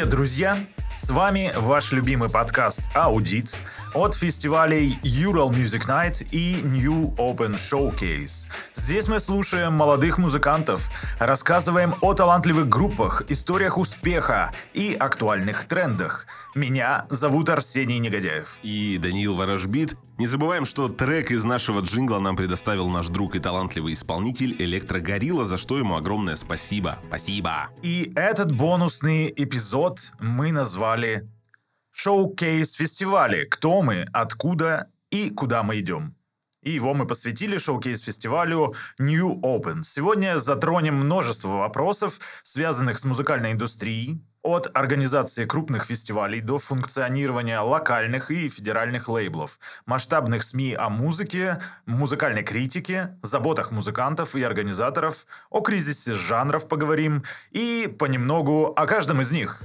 Привет, друзья! С вами ваш любимый подкаст «Аудит» от фестивалей Ural Music Night и New Open Showcase. Здесь мы слушаем молодых музыкантов, рассказываем о талантливых группах, историях успеха и актуальных трендах. Меня зовут Арсений Негодяев. И Даниил Ворожбит. Не забываем, что трек из нашего джингла нам предоставил наш друг и талантливый исполнитель Электрогорилла, за что ему огромное спасибо. Спасибо. И этот бонусный эпизод мы назвали «Шоукейс фестивали. Кто мы, откуда и куда мы идем». И его мы посвятили шоукейс-фестивалю New Open. Сегодня затронем множество вопросов, связанных с музыкальной индустрией, от организации крупных фестивалей до функционирования локальных и федеральных лейблов, масштабных СМИ о музыке, музыкальной критике, заботах музыкантов и организаторов, о кризисе жанров поговорим и понемногу о каждом из них.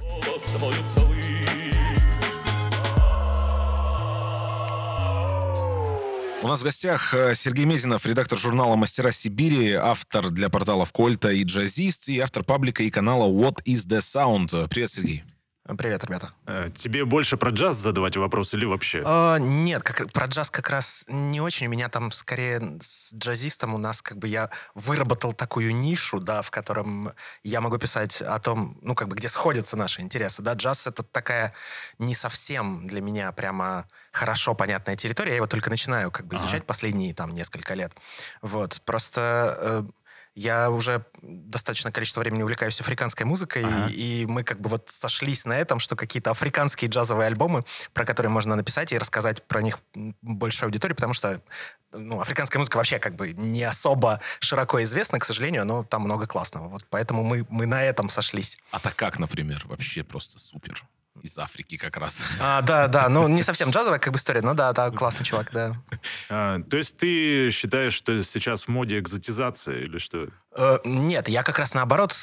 У нас в гостях Сергей Мезенов, редактор журнала «Мастера Сибири», автор для порталов «Кольта» и «Джазист» и автор паблика и канала «What is the Sound». Привет, Сергей. Привет, ребята. Тебе больше про джаз задавать вопрос или вообще? Нет, про джаз как раз не очень. У меня там скорее с джазистом у нас я выработал такую нишу, да, в котором я могу писать о том, где сходятся наши интересы. Да, джаз — это такая не совсем для меня прямо хорошо понятная территория. Я его только начинаю изучать последние несколько лет. Вот, просто... Я уже достаточное количество времени увлекаюсь африканской музыкой, и мы сошлись на этом, что какие-то африканские джазовые альбомы, про которые можно написать и рассказать про них большой аудитории, потому что африканская музыка вообще не особо широко известна, к сожалению, но там много классного. Вот поэтому мы на этом сошлись. А так как, например, вообще просто супер. Из Африки как раз. Да, не совсем джазовая история, но да, классный чувак, да. То есть ты считаешь, что сейчас в моде экзотизация или что? Нет, я как раз наоборот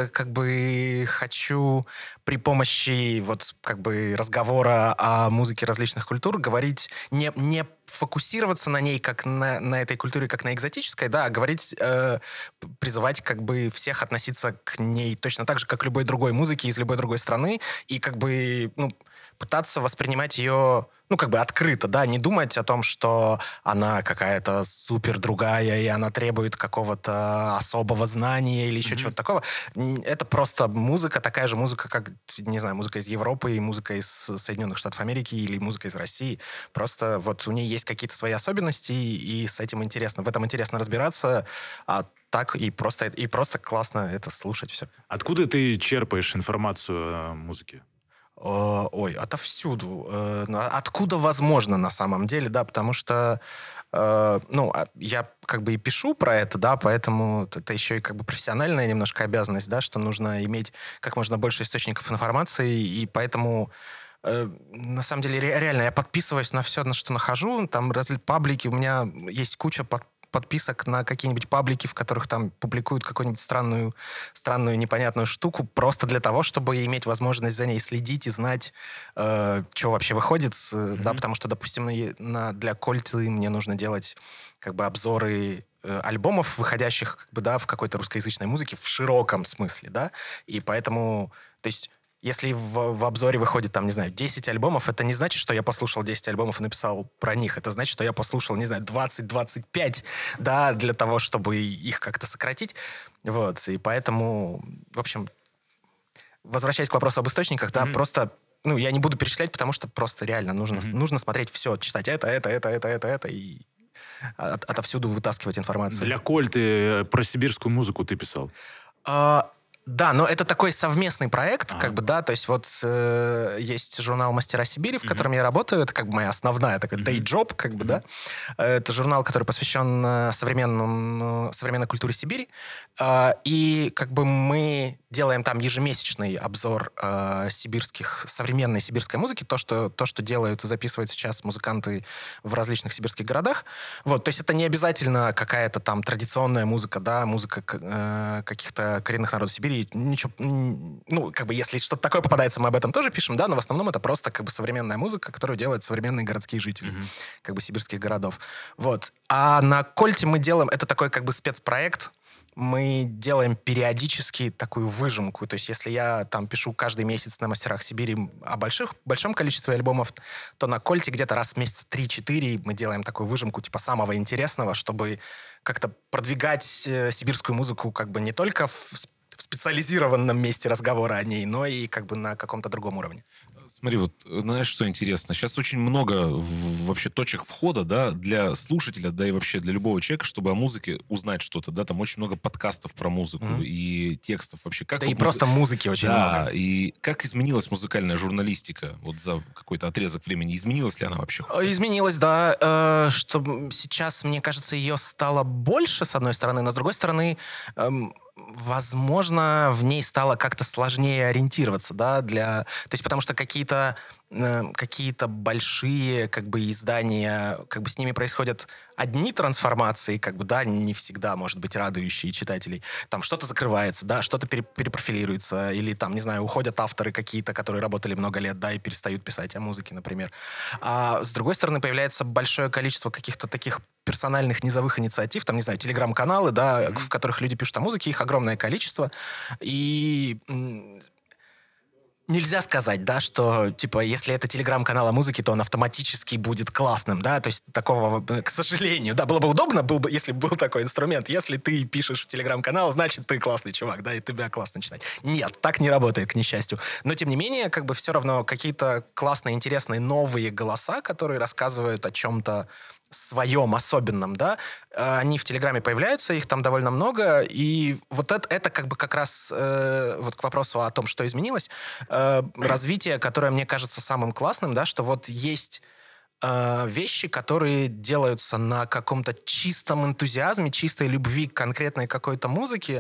хочу при помощи разговора о музыке различных культур говорить не фокусироваться на ней как на этой культуре, как на экзотической, да, а говорить, призывать всех относиться к ней точно так же, как к любой другой музыке из любой другой страны, и пытаться воспринимать ее открыто, да, не думать о том, что она какая-то супер другая, и она требует какого-то особого знания или еще чего-то такого. Это просто музыка, такая же музыка, как, не знаю, музыка из Европы, и музыка из Соединенных Штатов Америки, или музыка из России. Просто у нее есть какие-то свои особенности, и с этим интересно. В этом интересно разбираться, а так и просто классно это слушать все. Откуда ты черпаешь информацию о музыке? Отовсюду. Откуда возможно на самом деле, да, потому что я и пишу про это, да, поэтому это еще и профессиональная немножко обязанность, да, что нужно иметь как можно больше источников информации, и поэтому на самом деле реально я подписываюсь на все, на что нахожу, там паблики, у меня есть куча подписок на какие-нибудь паблики, в которых там публикуют какую-нибудь странную непонятную штуку, просто для того, чтобы иметь возможность за ней следить и знать, что вообще выходит. Да, потому что, допустим, для Кольты мне нужно делать обзоры альбомов, выходящих в какой-то русскоязычной музыке в широком смысле, да, и поэтому, то есть если в обзоре выходит, 10 альбомов, это не значит, что я послушал 10 альбомов и написал про них. Это значит, что я послушал, 20-25, да, для того, чтобы их как-то сократить. Вот, и поэтому, в общем, возвращаясь к вопросу об источниках, да, просто, я не буду перечислять, потому что просто реально нужно смотреть все, читать это, и отовсюду вытаскивать информацию. Для Кольты про сибирскую музыку ты писал? Да, но это такой совместный проект, да, то есть есть журнал «Мастера Сибири», в котором я работаю, это моя основная такая day job, да. Это журнал, который посвящен современной культуре Сибири, и мы делаем там ежемесячный обзор современной сибирской музыки, то, что делают и записывают сейчас музыканты в различных сибирских городах. Вот, то есть это не обязательно какая-то там традиционная музыка, да, музыка каких-то коренных народов Сибири, ничего, если что-то такое попадается, мы об этом тоже пишем, да, но в основном это просто современная музыка, которую делают современные городские жители, сибирских городов. Вот. А на Кольте мы делаем, это такой спецпроект, мы делаем периодически такую выжимку. То есть если я там пишу каждый месяц на «Мастерах Сибири» о большом количестве альбомов, то на «Кольте» где-то раз в месяца 3-4 мы делаем такую выжимку типа самого интересного, чтобы как-то продвигать сибирскую музыку как бы не только в специализированном месте разговора о ней, но и как бы на каком-то другом уровне. Смотри, вот знаешь, что интересно? Сейчас очень много вообще точек входа, да, для слушателя, да и вообще для любого человека, чтобы о музыке узнать что-то, да, там очень много подкастов про музыку и текстов вообще. Как Да вот и просто музыки очень много. Да, и как изменилась музыкальная журналистика вот за какой-то отрезок времени? Изменилась ли она вообще? Изменилась, да. Что сейчас, мне кажется, ее стало больше, с одной стороны, но с другой стороны, возможно, в ней стало как-то сложнее ориентироваться, да, то есть потому что какие-то большие как бы издания, как бы с ними происходят одни трансформации, как бы, да, не всегда, может быть, радующие читателей. Там что-то закрывается, да, что-то перепрофилируется, или там, не знаю, уходят авторы какие-то, которые работали много лет, да, и перестают писать о музыке, например. А с другой стороны, появляется большое количество каких-то таких персональных низовых инициатив, там, не знаю, телеграм-каналы, да, в которых люди пишут о музыке, их огромное количество, и нельзя сказать, да, что, типа, если это телеграм-канал о музыке, то он автоматически будет классным, да, то есть такого, к сожалению, да, было бы удобно, если бы был такой инструмент. Если ты пишешь в телеграм-канал, значит, ты классный чувак, да, и тебя классно читать. Нет, так не работает, к несчастью. Но, тем не менее, как бы все равно какие-то классные, интересные, новые голоса, которые рассказывают о чем-то своем особенном, да, они в Телеграме появляются, их там довольно много, и вот это как бы как раз вот к вопросу о том, что изменилось, развитие, которое мне кажется самым классным, да, что вот есть вещи, которые делаются на каком-то чистом энтузиазме, чистой любви к конкретной какой-то музыке,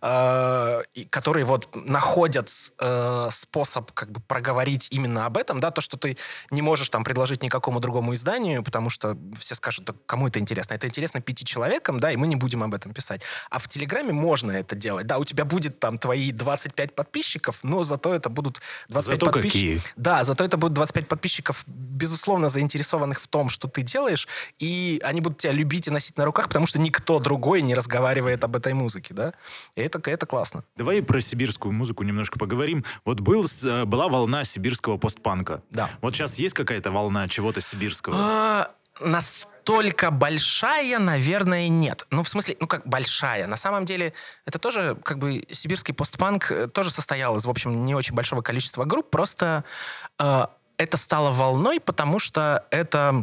и которые вот находят способ как бы проговорить именно об этом, да, то, что ты не можешь там предложить никакому другому изданию, потому что все скажут, да, кому это интересно? Это интересно 5 человекам, да, и мы не будем об этом писать. А в Телеграме можно это делать, да, у тебя будет там твои 25 подписчиков, но зато это будут 25 подписчиков. Да, зато это будут 25 подписчиков, безусловно, заинтересованных в том, что ты делаешь, и они будут тебя любить и носить на руках, потому что никто другой не разговаривает об этой музыке, да? И это классно. Давай про сибирскую музыку немножко поговорим. Вот была волна сибирского постпанка. Да. Вот сейчас есть какая-то волна чего-то сибирского? Настолько большая, наверное, нет. Ну, в смысле, ну как большая. На самом деле, это тоже, как бы, сибирский постпанк тоже состоял из, в общем, не очень большого количества групп, просто это стало волной, потому что это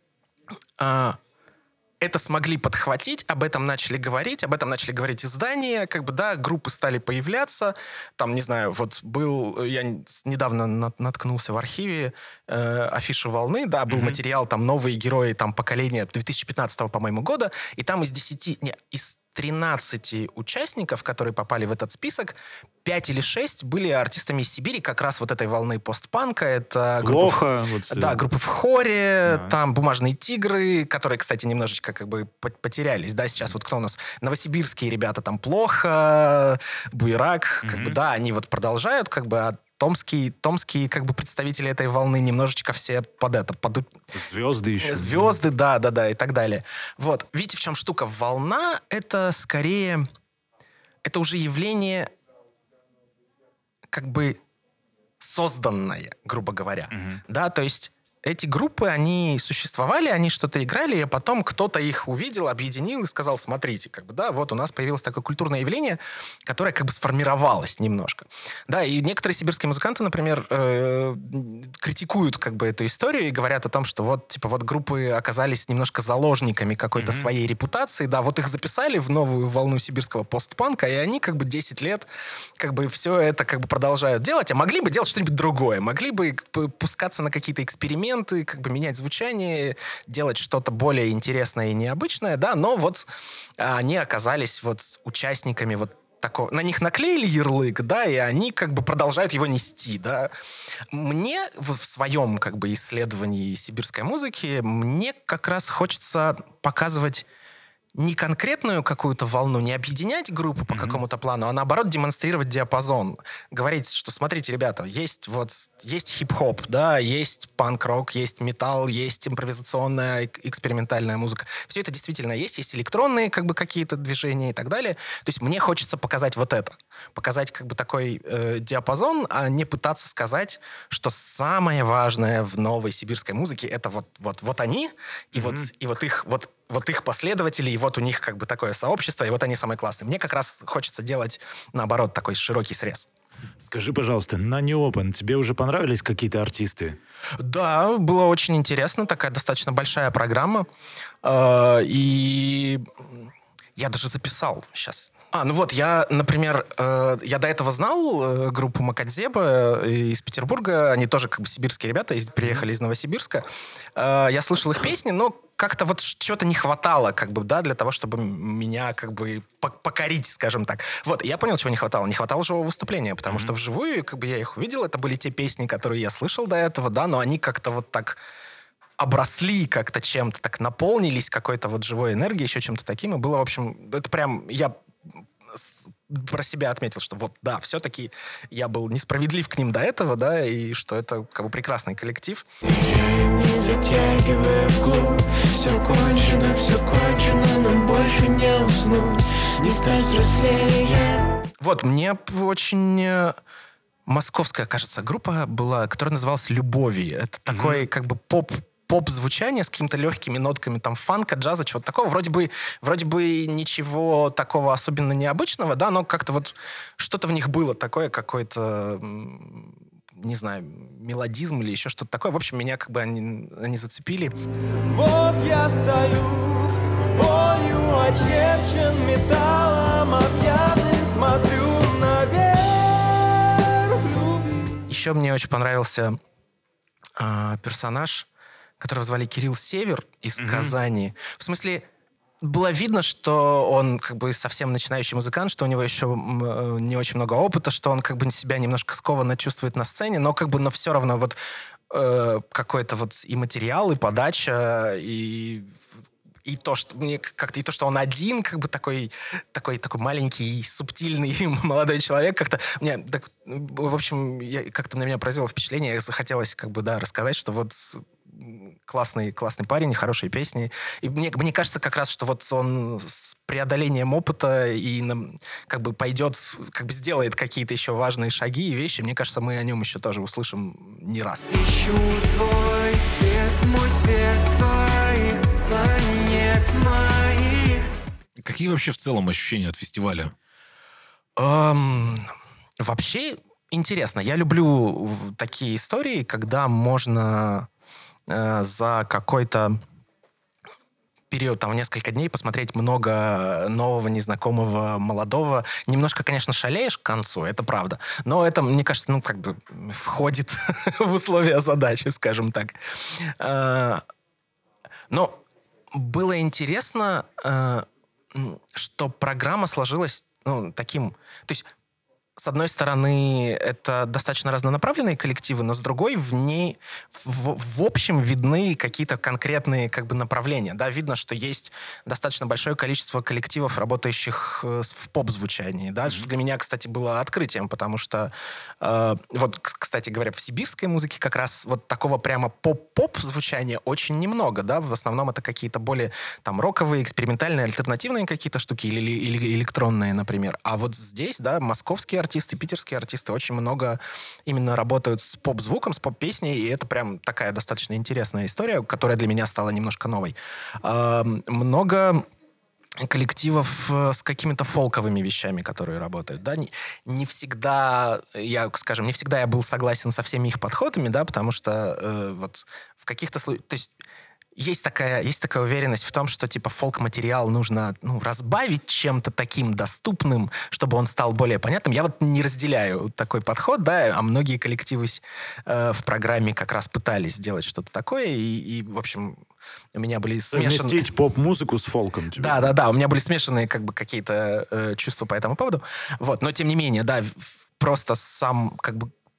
смогли подхватить, об этом начали говорить издания, как бы, да, группы стали появляться. Там, не знаю, вот я недавно наткнулся в архиве афиши «Волны», да, был материал, там, новые герои, там, поколения 2015, по-моему, года, и там из 13 участников, которые попали в этот список, 5 или 6 были артистами из Сибири, как раз вот этой волны постпанка. Это Плохо. группы в хоре, там «Бумажные тигры», которые, кстати, немножечко как бы потерялись. Да, сейчас вот кто у нас? Новосибирские ребята, там «Плохо», «Буерак», как бы, да, они вот продолжают, как бы, а томские как бы представители этой волны немножечко все Звезды еще. Звезды, да, и так далее. Вот. Видите, в чем штука? Волна — это скорее... Это уже явление как бы созданное, грубо говоря. Да, то есть эти группы, они существовали, они что-то играли, а потом кто-то их увидел, объединил и сказал: смотрите, как бы, да, вот у нас появилось такое культурное явление, которое как бы сформировалось немножко. Да, и некоторые сибирские музыканты, например, критикуют как бы эту историю и говорят о том, что вот, типа, вот группы оказались немножко заложниками какой-то своей репутации, да, вот их записали в новую волну сибирского постпанка, и они как бы 10 лет как бы все это как бы продолжают делать, а могли бы делать что-нибудь другое, могли бы пускаться на какие-то эксперименты, как бы менять звучание, делать что-то более интересное и необычное, да, но вот они оказались вот участниками вот такого, на них наклеили ярлык, да, и они как бы продолжают его нести, да. Мне в своем как бы исследовании сибирской музыки, мне как раз хочется показывать не конкретную какую-то волну, не объединять группу по какому-то плану, а наоборот демонстрировать диапазон. Говорить, что смотрите, ребята, есть хип-хоп, да, есть панк-рок, есть металл, есть импровизационная, экспериментальная музыка. Все это действительно есть электронные как бы какие-то движения и так далее. То есть мне хочется показать вот это. Показать как бы такой диапазон, а не пытаться сказать, что самое важное в новой сибирской музыке это вот они, и вот их последователи, и вот у них как бы такое сообщество, и вот они самые классные. Мне как раз хочется делать, наоборот, такой широкий срез. Скажи, пожалуйста, на New Open тебе уже понравились какие-то артисты? Да, было очень интересно. Такая достаточно большая программа. И я даже записал сейчас. Я, например, я до этого знал группу Макадзеба из Петербурга. Они тоже как бы сибирские ребята, приехали из Новосибирска. Я слышал их песни, но как-то вот чего-то не хватало, как бы, да, для того, чтобы меня как бы покорить, скажем так. Вот, и я понял, чего не хватало. Не хватало живого выступления, потому что вживую, как бы, я их увидел, это были те песни, которые я слышал до этого, да, но они как-то вот так обросли как-то чем-то, так наполнились какой-то вот живой энергией, еще чем-то таким, и было, в общем, это прям, я про себя отметил, что вот, да, все-таки я был несправедлив к ним до этого, да, и что это как бы прекрасный коллектив. Не затягивая вглубь, все кончено, нам больше не уснуть, не стать взрослее. Вот, мне очень московская, кажется, группа была, которая называлась «Любови». Это такой как бы поп-звучание с какими-то легкими нотками там фанка, джаза, чего-то такого. Вроде бы ничего такого особенно необычного, да, но как-то вот что-то в них было такое, какой-то, не знаю, мелодизм или еще что-то такое. В общем, меня как бы они зацепили. Вот я стою, болью очерчен, металлом объятый, смотрю наверх любви. Еще мне очень понравился персонаж, которого звали Кирилл Север из Казани. В смысле, было видно, что он как бы совсем начинающий музыкант, что у него еще не очень много опыта, что он как бы себя немножко скованно чувствует на сцене, но все равно вот какой-то вот и материал, и подача, и то, что мне как-то, и то, что он один, как бы такой маленький, субтильный молодой человек, как-то мне, так, в общем, как-то на меня произвело впечатление, захотелось как бы, да, рассказать, что вот классный парень, хорошие песни. И мне кажется как раз, что вот он с преодолением опыта и как бы пойдет, как бы сделает какие-то еще важные шаги и вещи. Мне кажется, мы о нем еще тоже услышим не раз. Ищу твой свет, мой свет, твоих планет моих. Какие вообще в целом ощущения от фестиваля? Вообще интересно. Я люблю такие истории, когда можно за какой-то период, там, в несколько дней посмотреть много нового, незнакомого, молодого. Немножко, конечно, шалеешь к концу, это правда. Но это, мне кажется, ну, как бы входит в условия задачи, скажем так. Но было интересно, что программа сложилась, ну, таким... То есть, с одной стороны, это достаточно разнонаправленные коллективы, но с другой в ней в общем видны какие-то конкретные как бы направления. Да? Видно, что есть достаточно большое количество коллективов, работающих в поп-звучании. Да? Что для меня, кстати, было открытием, потому что вот, кстати говоря, в сибирской музыке как раз вот такого прямо поп-звучания очень немного. Да? В основном это какие-то более там роковые, экспериментальные, альтернативные какие-то штуки или электронные, например. А вот здесь, да, московские артисты, питерские артисты очень много именно работают с поп-звуком, с поп-песней, и это прям такая достаточно интересная история, которая для меня стала немножко новой. Много коллективов с какими-то фолковыми вещами, которые работают. Да? Не всегда я был согласен со всеми их подходами, да, потому что вот в каких-то случаях... То есть есть такая уверенность в том, что типа фолк-материал нужно разбавить чем-то таким доступным, чтобы он стал более понятным. Я вот не разделяю такой подход, да, а многие коллективы в программе как раз пытались сделать что-то такое, и в общем, у меня были смешанные... Совместить поп-музыку с фолком. Да, у меня были смешанные как бы какие-то чувства по этому поводу. Вот, но тем не менее, да, просто сам как бы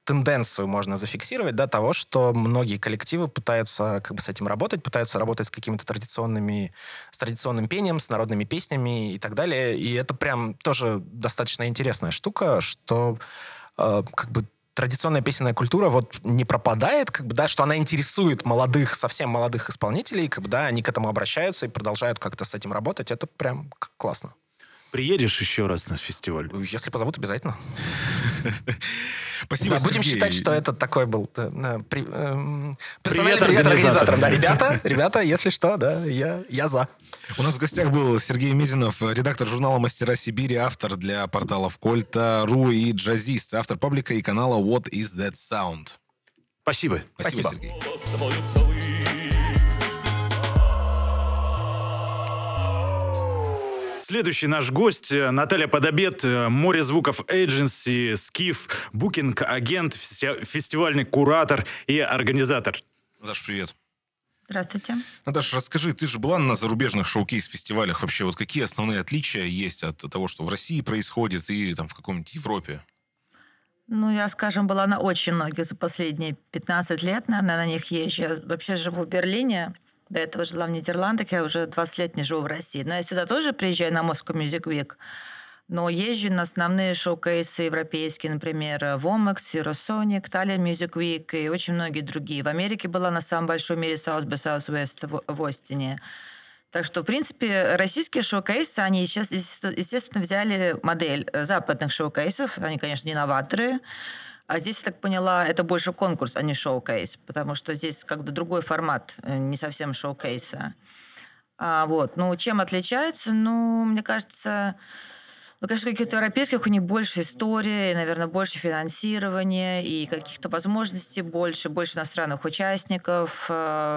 тенденцию можно зафиксировать, да, того, что многие коллективы пытаются как бы с этим работать, пытаются работать с какими-то с традиционным пением, с народными песнями и так далее. И это прям тоже достаточно интересная штука, что как бы традиционная песенная культура вот не пропадает, как бы, да, что она интересует молодых, совсем молодых исполнителей, как бы, да, они к этому обращаются и продолжают как-то с этим работать. Это прям классно. Приедешь еще раз на фестиваль? Если позовут, обязательно. Спасибо, Да, будем Сергей. считать, что это такой был персональный Привет привет организаторам. организаторам. Да, ребята, если что, да, я за. У нас в гостях был Сергей Мезенов, редактор журнала «Мастера Сибири», автор для порталов Кольта.ру и джазист, автор паблика и канала What is that sound? Спасибо. Спасибо, Спасибо. Сергей. Следующий наш гость Наталья Подобед, Море звуков Agency, Скиф, букинг-агент, фестивальный куратор и организатор. Наташ, привет. Здравствуйте. Наташ, расскажи, ты же была на зарубежных шоу-кейс-фестивалях. Вообще, вот какие основные отличия есть от того, что в России происходит и там в каком-нибудь Европе? Ну, я, скажем, была на очень многих за последние 15 лет, наверное, на них езжу. Я вообще живу в Берлине. До этого жила в Нидерландах. Я уже 20 лет не живу в России. Но я сюда тоже приезжаю на Moscow Music Week. Но езжу на основные шоу-кейсы европейские, например, Vomex, Eurosonic, Tallinn Music Week и очень многие другие. В Америке была на самом большом мире South by Southwest в Остине. Так что, в принципе, российские шоу-кейсы, они сейчас, естественно, взяли модель западных шоу-кейсов. Они, конечно, не новаторы. А здесь, я так поняла, это больше конкурс, а не шоу-кейс. Потому что здесь как бы другой формат, не совсем шоу-кейса. Вот. Ну, чем отличаются? Ну, мне кажется... Ну, конечно, каких-то европейских у них больше истории, наверное, больше финансирования и каких-то возможностей больше иностранных участников,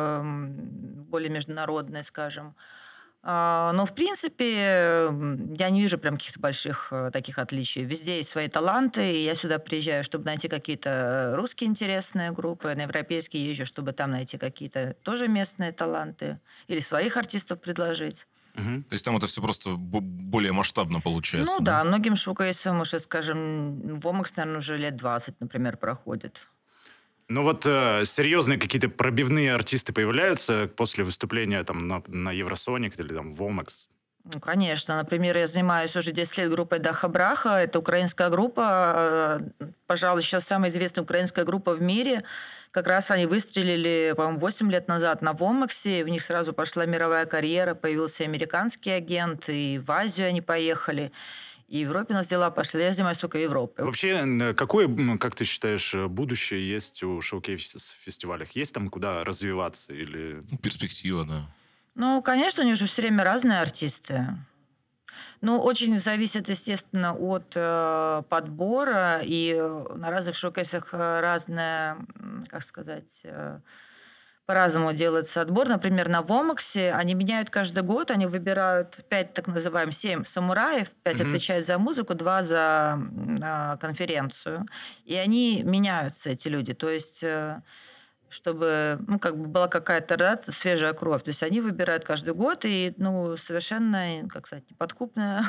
более международные, скажем. Но, в принципе, я не вижу прям каких-то больших таких отличий. Везде есть свои таланты, и я сюда приезжаю, чтобы найти какие-то русские интересные группы, на европейские езжу, чтобы там найти какие-то тоже местные таланты или своих артистов предложить. То есть там это все просто более масштабно получается? Ну да, многим шоу-кейсам уже, скажем, Vomex, наверное, уже лет 20, например, проходит. Ну вот серьезные какие-то пробивные артисты появляются после выступления там на Евросоник или там Vomex? Ну, конечно. Например, я занимаюсь уже 10 лет группой Даха Браха. Это украинская группа, пожалуй, сейчас самая известная украинская группа в мире. Как раз они выстрелили, по-моему, 8 лет назад на Вомаксе. В них сразу пошла мировая карьера, появился американский агент, и в Азию они поехали. И в Европе у нас дела пошли. Я занимаюсь только Европой. Вообще, какое, как ты считаешь, будущее есть у шоу-кейс-фестивалях? Есть там куда развиваться? Или... Перспектива, да. Ну, конечно, у них же все время разные артисты. Ну, очень зависит, естественно, от подбора. И на разных шоу-кейсах разное, как сказать... По-разному делается отбор. Например, на Вомаксе они меняют каждый год, они выбирают 5, так называемых, 7 самураев, 5 отвечают за музыку, 2 за конференцию. И они меняются, эти люди. То есть, чтобы как бы была какая-то свежая кровь. То есть они выбирают каждый год, и совершенно, как сказать, неподкупное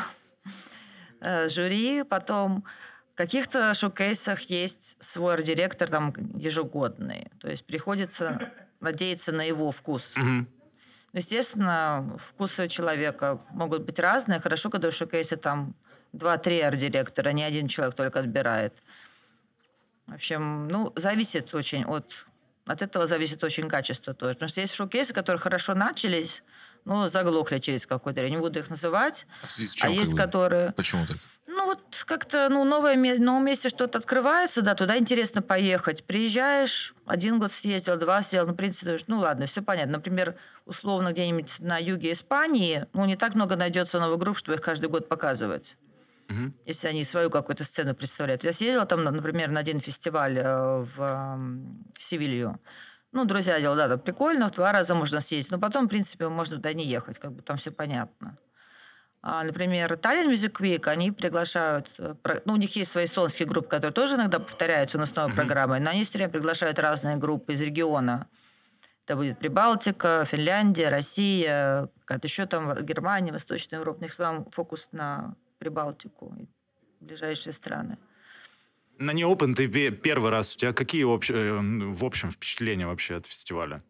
жюри. Потом в каких-то шоу-кейсах есть свой арт-директор там ежегодный. То есть приходится... надеяться на его вкус. Естественно, вкусы человека могут быть разные. Хорошо, когда в шоу-кейсе там 2-3 арт-директора, не один человек только отбирает. В общем, зависит очень от этого зависит очень качество тоже. Потому что есть шоу-кейсы, которые хорошо начались, заглохли через какое-то время. Не буду их называть. А есть, которые... Почему так? Как-то, в новом месте что-то открывается, да, туда интересно поехать. Приезжаешь, 1 год съездил, 2 съездил, в принципе, думаешь, ладно, все понятно. Например, условно, где-нибудь на юге Испании, не так много найдется новых групп, чтобы их каждый год показывать. Если они свою какую-то сцену представляют. Я съездила там, например, на один фестиваль в Севилью. Друзья делали, да, прикольно, в 2 раза можно съездить. Но потом, в принципе, можно туда не ехать, как бы там все понятно. Например, Tallinn Music Week, они приглашают... у них есть свои эстонские группы, которые тоже иногда повторяются на основной программой, но они все время приглашают разные группы из региона. Это будет Прибалтика, Финляндия, Россия, какая-то еще там Германия, Восточная Европа. У них там фокус на Прибалтику и ближайшие страны. На Неопен ты первый раз. У тебя какие в общем впечатления вообще от фестиваля?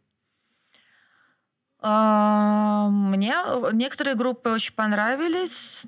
Мне некоторые группы очень понравились,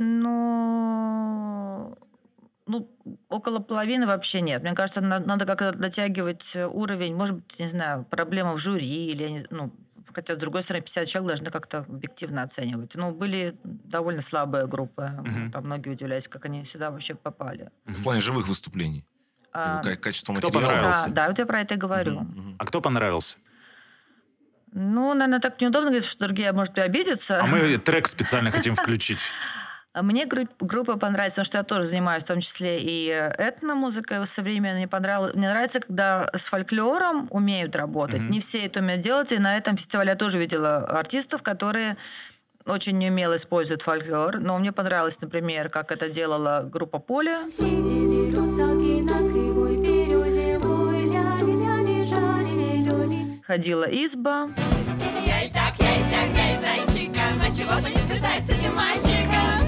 но около половины вообще нет. Мне кажется, надо как-то дотягивать уровень. Может быть, не знаю, проблема в жюри или хотя, с другой стороны, 50 человек должны как-то объективно оценивать. Были довольно слабые группы. Там многие удивлялись, как они сюда вообще попали. В плане живых выступлений. Качество кто материала. понравился? Да, вот я про это и говорю. А кто понравился? Наверное, так неудобно говорить, что другие, может быть, обидятся. А мы трек специально хотим включить. Мне группа понравилась, потому что я тоже занимаюсь в том числе и этномузыкой современной. Мне нравится, когда с фольклором умеют работать. Не все это умеют делать. И на этом фестивале я тоже видела артистов, которые очень неумело используют фольклор. Но мне понравилось, например, как это делала группа «Поле». Сидели русалки на кривой березе, Ходила изба. Я и так, я и сяк, я и зайчика, а чего же не сказать с этим мальчиком?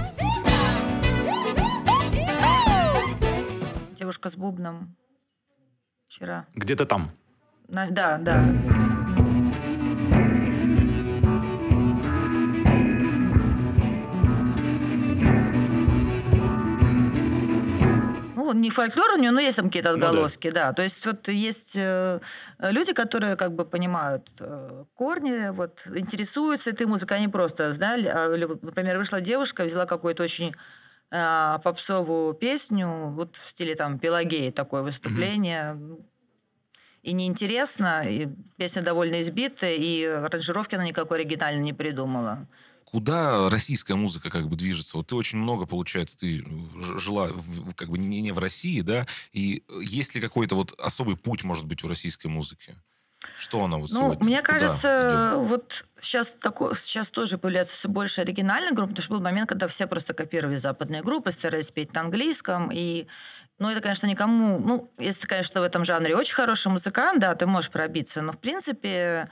Девушка с бубном. Вчера. Где-то там. Да. Не фольклор у нее, но есть там какие-то отголоски, да. То есть вот есть люди, которые как бы понимают корни, интересуются этой музыкой, они просто знали. Например, вышла девушка, взяла какую-то очень попсовую песню, в стиле там Пелагеи такое выступление. И неинтересно, и песня довольно избитая, и аранжировки она никакой оригинальной не придумала. Куда российская музыка как бы движется? Вот ты очень много, получается, ты жила как бы не в России, да? И есть ли какой-то особый путь, может быть, у российской музыки? Что она сегодня? Мне кажется, сейчас тоже появляется все больше оригинальных групп, потому что был момент, когда все просто копировали западные группы, старались петь на английском, и это, конечно, никому... если ты, конечно, в этом жанре очень хороший музыкант, да, ты можешь пробиться, но, в принципе...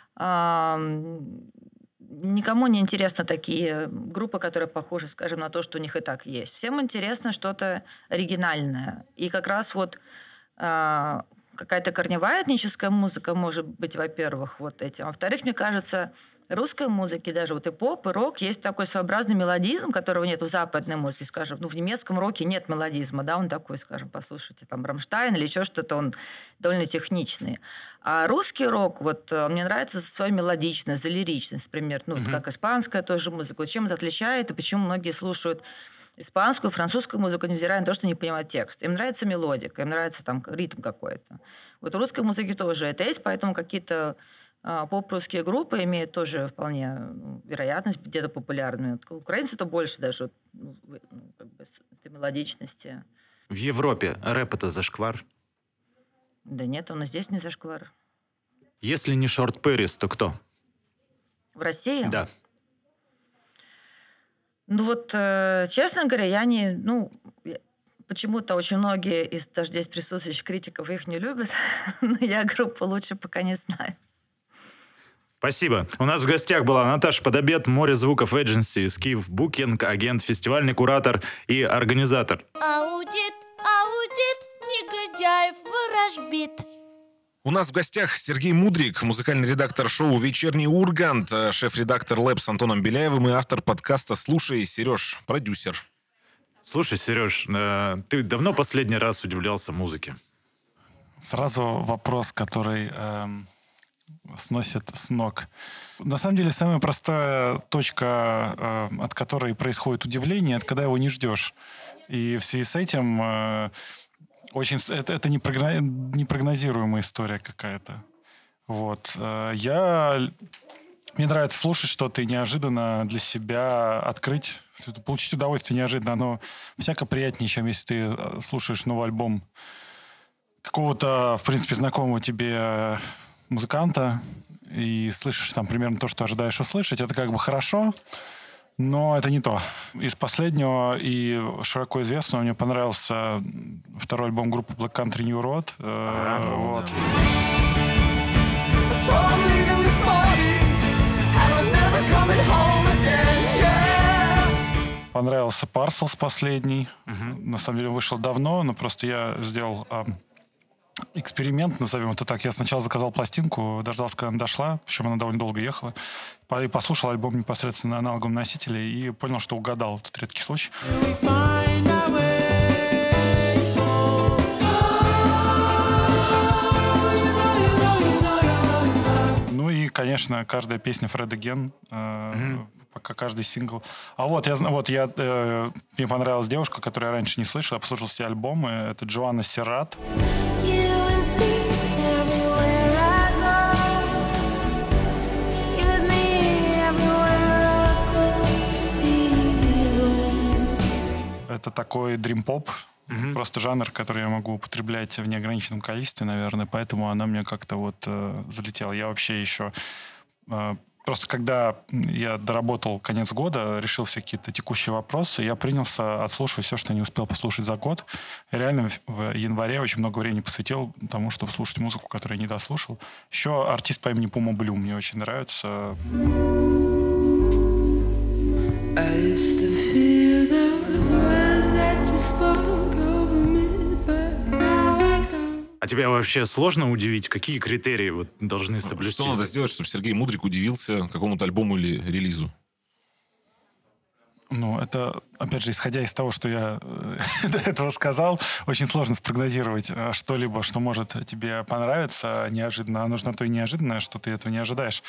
Никому не интересны такие группы, которые похожи, скажем, на то, что у них и так есть. Всем интересно что-то оригинальное. И как раз какая-то корневая этническая музыка может быть, во-первых, этим. А во-вторых, мне кажется, русской музыке даже и поп, и рок есть такой своеобразный мелодизм, которого нет в западной музыке, скажем. В немецком роке нет мелодизма, да, он такой, скажем, послушайте, там, Рамштайн или еще что-то, он довольно техничный. А русский рок, мне нравится за свою мелодичность, за лиричность, например, как испанская тоже музыка. Чем это отличает, и почему многие слушают испанскую, французскую музыку, невзирая на то, что не понимают текст. Им нравится мелодика, им нравится там ритм какой-то. В русской музыке тоже это есть, поэтому какие-то поп-русские группы имеют тоже вполне вероятность быть где-то популярными. Украинцы это больше даже этой мелодичности. В Европе рэп это зашквар? Да нет, он и здесь не зашквар. Если не Шорт Пэрис, то кто? В России? Да. Честно говоря, я не... почему-то очень многие из даже здесь присутствующих критиков их не любят, но я группу лучше пока не знаю. Спасибо. У нас в гостях была Наташа Подобед, Море звуков Agency, Skif Booking, агент, фестивальный куратор и организатор. Аудит, негодяев, ворожбит. У нас в гостях Сергей Мудрик, музыкальный редактор шоу «Вечерний Ургант», шеф-редактор «Лэб» с Антоном Беляевым и автор подкаста «Слушай, Сереж», продюсер. Слушай, Сереж, ты давно последний раз удивлялся музыке? Сразу вопрос, который сносит с ног. На самом деле, самая простая точка, от которой происходит удивление, это когда его не ждешь. И в связи с этим это непрогнозируемая история какая-то. Мне нравится слушать что-то и неожиданно для себя открыть, получить удовольствие неожиданно. Оно всяко приятнее, чем если ты слушаешь новый альбом какого-то, в принципе, знакомого тебе музыканта и слышишь там примерно то, что ожидаешь услышать. Это как бы хорошо, но это не то. Из последнего и широко известного мне понравился второй альбом группы Black Country New Road. понравился Parcels последний. На самом деле вышел давно, но просто я сделал эксперимент, назовем это так. Я сначала заказал пластинку, дождался, когда она дошла, причем она довольно долго ехала, и послушал альбом непосредственно на аналоговом носителе и понял, что угадал. Этот редкий случай. Ну и, конечно, каждая песня Фреда Ген, пока каждый сингл. Мне понравилась девушка, которую я раньше не слышал, я послушал все альбомы. Это Джоанна Серрат. Это такой дрим-поп, просто жанр, который я могу употреблять в неограниченном количестве, наверное, поэтому она мне как-то вот залетела. Я вообще еще... Просто когда я доработал конец года, решил все какие-то текущие вопросы, я принялся отслушивать все, что не успел послушать за год. И реально в январе очень много времени посвятил тому, чтобы слушать музыку, которую я не дослушал. Еще артист по имени Пума Блю мне очень нравится. А тебя вообще сложно удивить? Какие критерии вот должны соблюсти? Что надо сделать, чтобы Сергей Мудрик удивился какому-то альбому или релизу? Ну, это, опять же, исходя из того, что я до этого сказал, очень сложно спрогнозировать что-либо, что может тебе понравиться неожиданно. А нужно то и неожиданное, что ты этого не ожидаешь.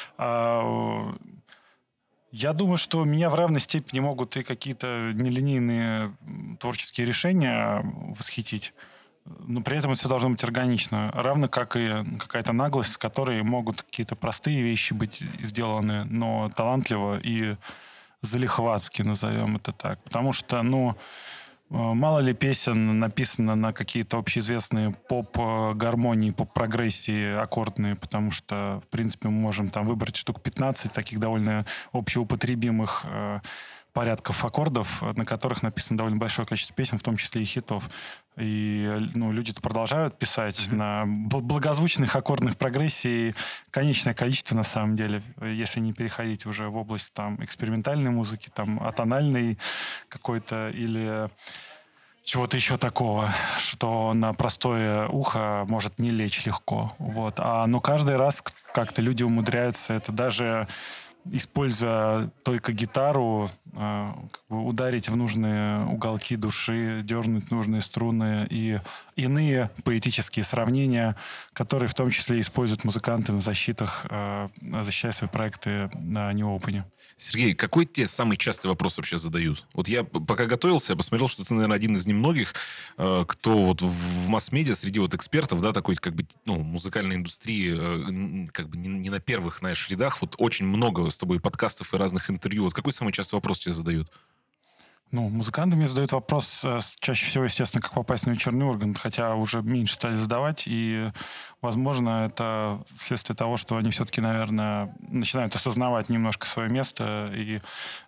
Я думаю, что меня в равной степени могут и какие-то нелинейные творческие решения восхитить. Но при этом это все должно быть органично. Равно как и какая-то наглость, с которой могут какие-то простые вещи быть сделаны, но талантливо и залихватски, назовем это так. Потому что, мало ли песен написано на какие-то общеизвестные поп-гармонии, поп-прогрессии аккордные, потому что, в принципе, мы можем там выбрать штук 15 таких довольно общеупотребимых порядков аккордов, на которых написано довольно большое количество песен, в том числе и хитов. И люди-то продолжают писать на благозвучных аккордных прогрессий конечное количество, на самом деле, если не переходить уже в область там экспериментальной музыки, там атональной какой-то или чего-то еще такого, что на простое ухо может не лечь легко. Вот. Но каждый раз как-то люди умудряются это даже используя только гитару, ударить в нужные уголки души, дернуть нужные струны и иные поэтические сравнения, которые в том числе используют музыканты на защитах, защищая свои проекты на неопене. Сергей, какой тебе самый частый вопрос вообще задают? Вот я пока готовился, я посмотрел, что ты, наверное, один из немногих, кто вот в масс-медиа среди вот экспертов, да, такой как бы, музыкальной индустрии, как бы не на первых, знаешь, рядах, вот очень много с тобой подкастов и разных интервью. Вот какой самый частый вопрос тебе задают? Музыканты мне задают вопрос чаще всего, естественно, как попасть на вечерний Ургант, хотя уже меньше стали задавать, и, возможно, это следствие того, что они все-таки, наверное, начинают осознавать немножко свое место и,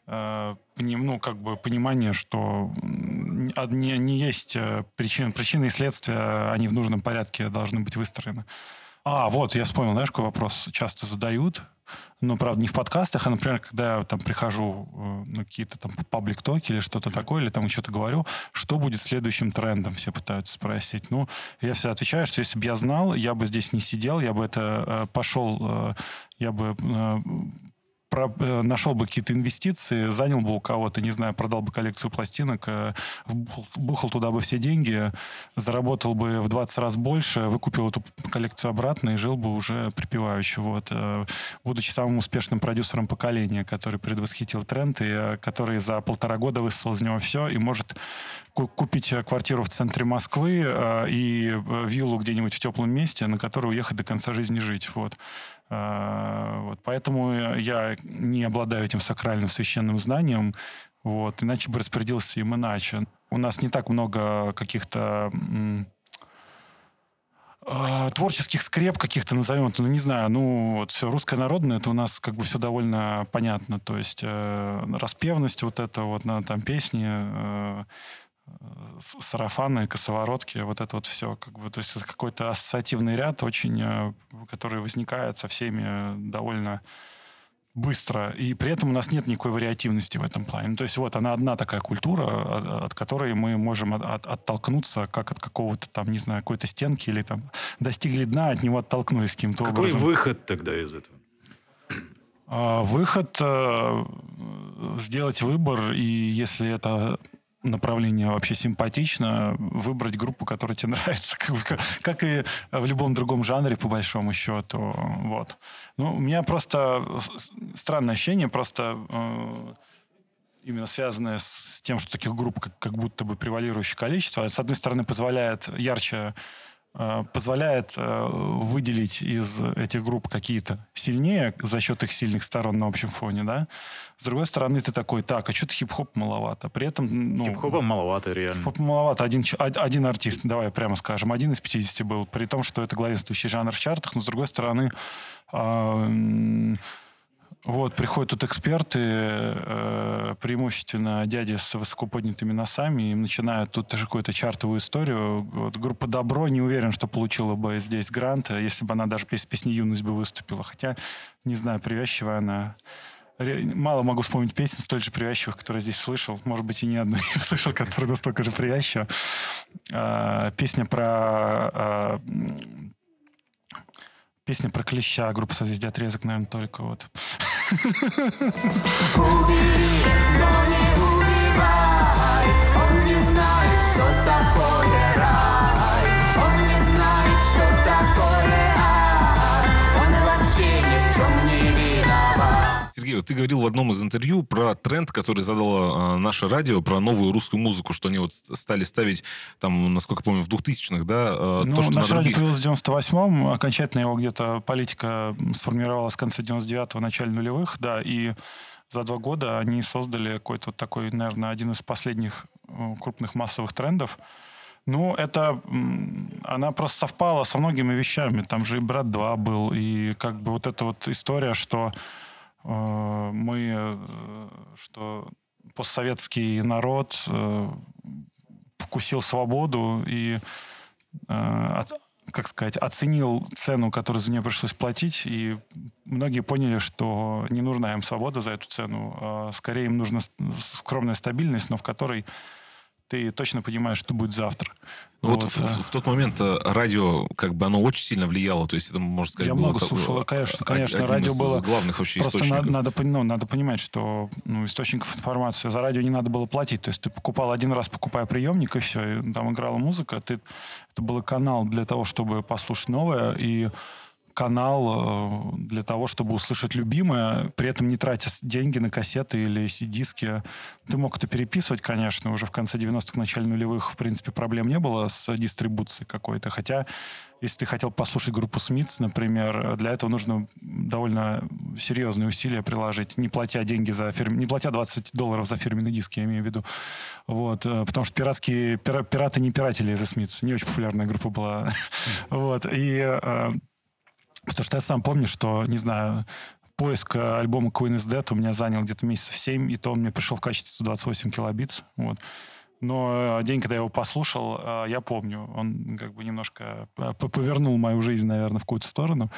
понимание, что не есть причины и следствия, они в нужном порядке должны быть выстроены. Вот, я вспомнил, знаешь, какой вопрос часто задают? Правда, не в подкастах, а, например, когда я там прихожу на какие-то там паблик-токи или что-то такое, или там что-то говорю, что будет следующим трендом, все пытаются спросить. Я всегда отвечаю, что если бы я знал, я бы здесь не сидел, я бы пошел, я бы нашел бы какие-то инвестиции, занял бы у кого-то, не знаю, продал бы коллекцию пластинок, вбухал туда бы все деньги, заработал бы в 20 раз больше, выкупил эту коллекцию обратно и жил бы уже припевающе. Вот. Будучи самым успешным продюсером поколения, который предвосхитил тренд и который за 1,5 года высосал из него все и может купить квартиру в центре Москвы и виллу где-нибудь в теплом месте, на которую уехать до конца жизни жить. Вот. Поэтому я не обладаю этим сакральным священным знанием, иначе бы распорядился им иначе. У нас не так много каких-то творческих скреп каких-то, назовем это, не знаю, все русское народное, это у нас как бы все довольно понятно, то есть распевность там песни, сарафаны, косоворотки, это все, то есть это какой-то ассоциативный ряд, очень, который возникает со всеми довольно быстро, и при этом у нас нет никакой вариативности в этом плане. Ну, то есть вот она одна такая культура, от которой мы можем оттолкнуться, как от какого-то там, не знаю, какой-то стенки, или там достигли дна, от него оттолкнулись каким-то Какой образом. выход тогда из этого? Выход сделать выбор, и если это направление вообще симпатично, выбрать группу, которая тебе нравится, как и в любом другом жанре, по большому счету. Вот. Ну, у меня просто странное ощущение, просто именно связанное с тем, что таких групп как будто бы превалирующее количество. С одной стороны, позволяет выделить из этих групп какие-то сильнее за счет их сильных сторон на общем фоне, да. С другой стороны, ты такой, так, а что-то хип-хоп маловато. При этом... Ну, хип-хопа маловато, реально. Хип-хопа маловато. Один артист, давай прямо скажем, 1 из 50 был. При том, что это главенствующий жанр в чартах, но с другой стороны... Вот, приходят тут эксперты, преимущественно дяди с высокоподнятыми носами, и начинают тут даже какую-то чартовую историю. Вот, группа «Добро» не уверен, что получила бы здесь грант, если бы она даже без песни «Юность» бы выступила. Хотя, не знаю, привязчивая она. Мало могу вспомнить песен столь же привязчивых, которые здесь слышал. Может быть, и ни одной не слышал, которая настолько же привязчива. Песня про Клеща, группа «Созвездие отрезок», наверное, только вот. Убери, но не убивай. Он не знает, что такое рай. Он не знает, что такое ад. Он вообще ни в чем не виноват. Сергей, вот ты говорил в одном из интервью про тренд, который задало наше радио, про новую русскую музыку, что они вот стали ставить, там, насколько помню, в 2000-х, да? Ну, то, что наше на радио других... появилось в 98-м, окончательно его где-то политика сформировалась в конце 99-го, начале нулевых, да, и за 2 года они создали какой-то вот такой, наверное, один из последних крупных массовых трендов. Ну, она просто совпала со многими вещами. Там же и «Брат 2» был, и как бы вот эта вот история, что что постсоветский народ вкусил свободу и, как сказать, оценил цену, которую за нее пришлось платить, и многие поняли, что не нужна им свобода за эту цену, а скорее им нужна скромная стабильность, но в которой ты точно понимаешь, что будет завтра. Вот в тот момент радио, как бы, оно очень сильно влияло, то есть это, можно сказать, я было... много слушал, конечно, один радио из было... главных вообще просто источников. Надо понимать, что источников информации за радио не надо было платить, то есть ты покупал один раз, покупая приемник, и все, и там играла музыка, это был канал для того, чтобы послушать новое, и канал для того, чтобы услышать любимое, при этом не тратя деньги на кассеты или CD-диски. Ты мог это переписывать, конечно, уже в конце 90-х, начале нулевых, в принципе, проблем не было с дистрибуцией какой-то. Хотя, если ты хотел послушать группу Смитс, например, для этого нужно довольно серьезные усилия приложить, не платя деньги не платя $20 за фирменный диск, я имею в виду. Вот, потому что пираты не пиратели из Смитс. Не очень популярная группа была. Вот, и... Потому что я сам помню, что, не знаю, поиск альбома Queen is Dead у меня занял где-то месяцев 7, и то он мне пришел в качестве 128 килобитс. Вот. Но день, когда я его послушал, я помню, он как бы немножко повернул мою жизнь, наверное, в какую-то сторону.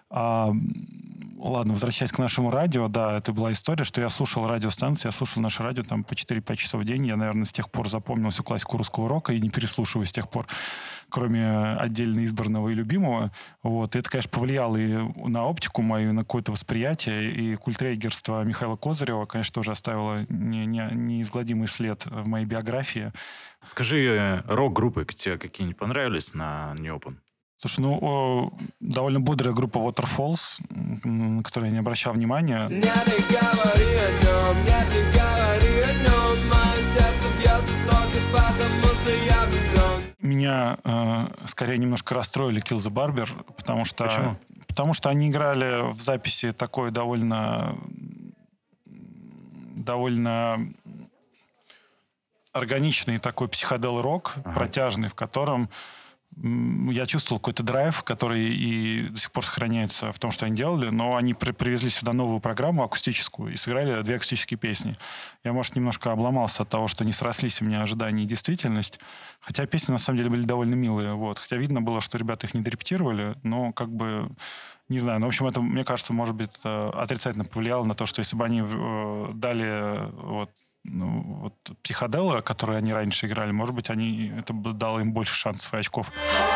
Ладно, возвращаясь к нашему радио, да, это была история, что я слушал радиостанции, я слушал наше радио там по 4-5 часов в день. Я, наверное, с тех пор запомнил всю классику русского рока и не переслушиваю с тех пор, кроме отдельно избранного и любимого. Вот. И это, конечно, повлияло и на оптику мою, и на какое-то восприятие. И культрейгерство Михаила Козырева, конечно, тоже оставило неизгладимый след в моей биографии. Скажи, рок-группы тебе какие-нибудь понравились на New Open? Слушай, довольно бодрая группа Waterfalls, на которую я не обращал внимания. Не ты говори о нем, не ты говори о нем. Мое сердце бьется только потому, что я влюблен. Меня скорее немножко расстроили Kill the Barber, потому что... Почему? Потому что они играли в записи такой довольно органичный такой психодел-рок, протяжный, в котором Я чувствовал какой-то драйв, который и до сих пор сохраняется в том, что они делали, но они привезли сюда новую программу акустическую и сыграли 2 акустические песни. Я, может, немножко обломался от того, что не срослись у меня ожидания и действительность, хотя песни, на самом деле, были довольно милые. Вот. Хотя видно было, что ребята их не дорепетировали, но как бы... Не знаю, но, в общем, это, мне кажется, может быть, отрицательно повлияло на то, что если бы они дали психоделы, которые они раньше играли, может быть, это бы дало им больше шансов и очков.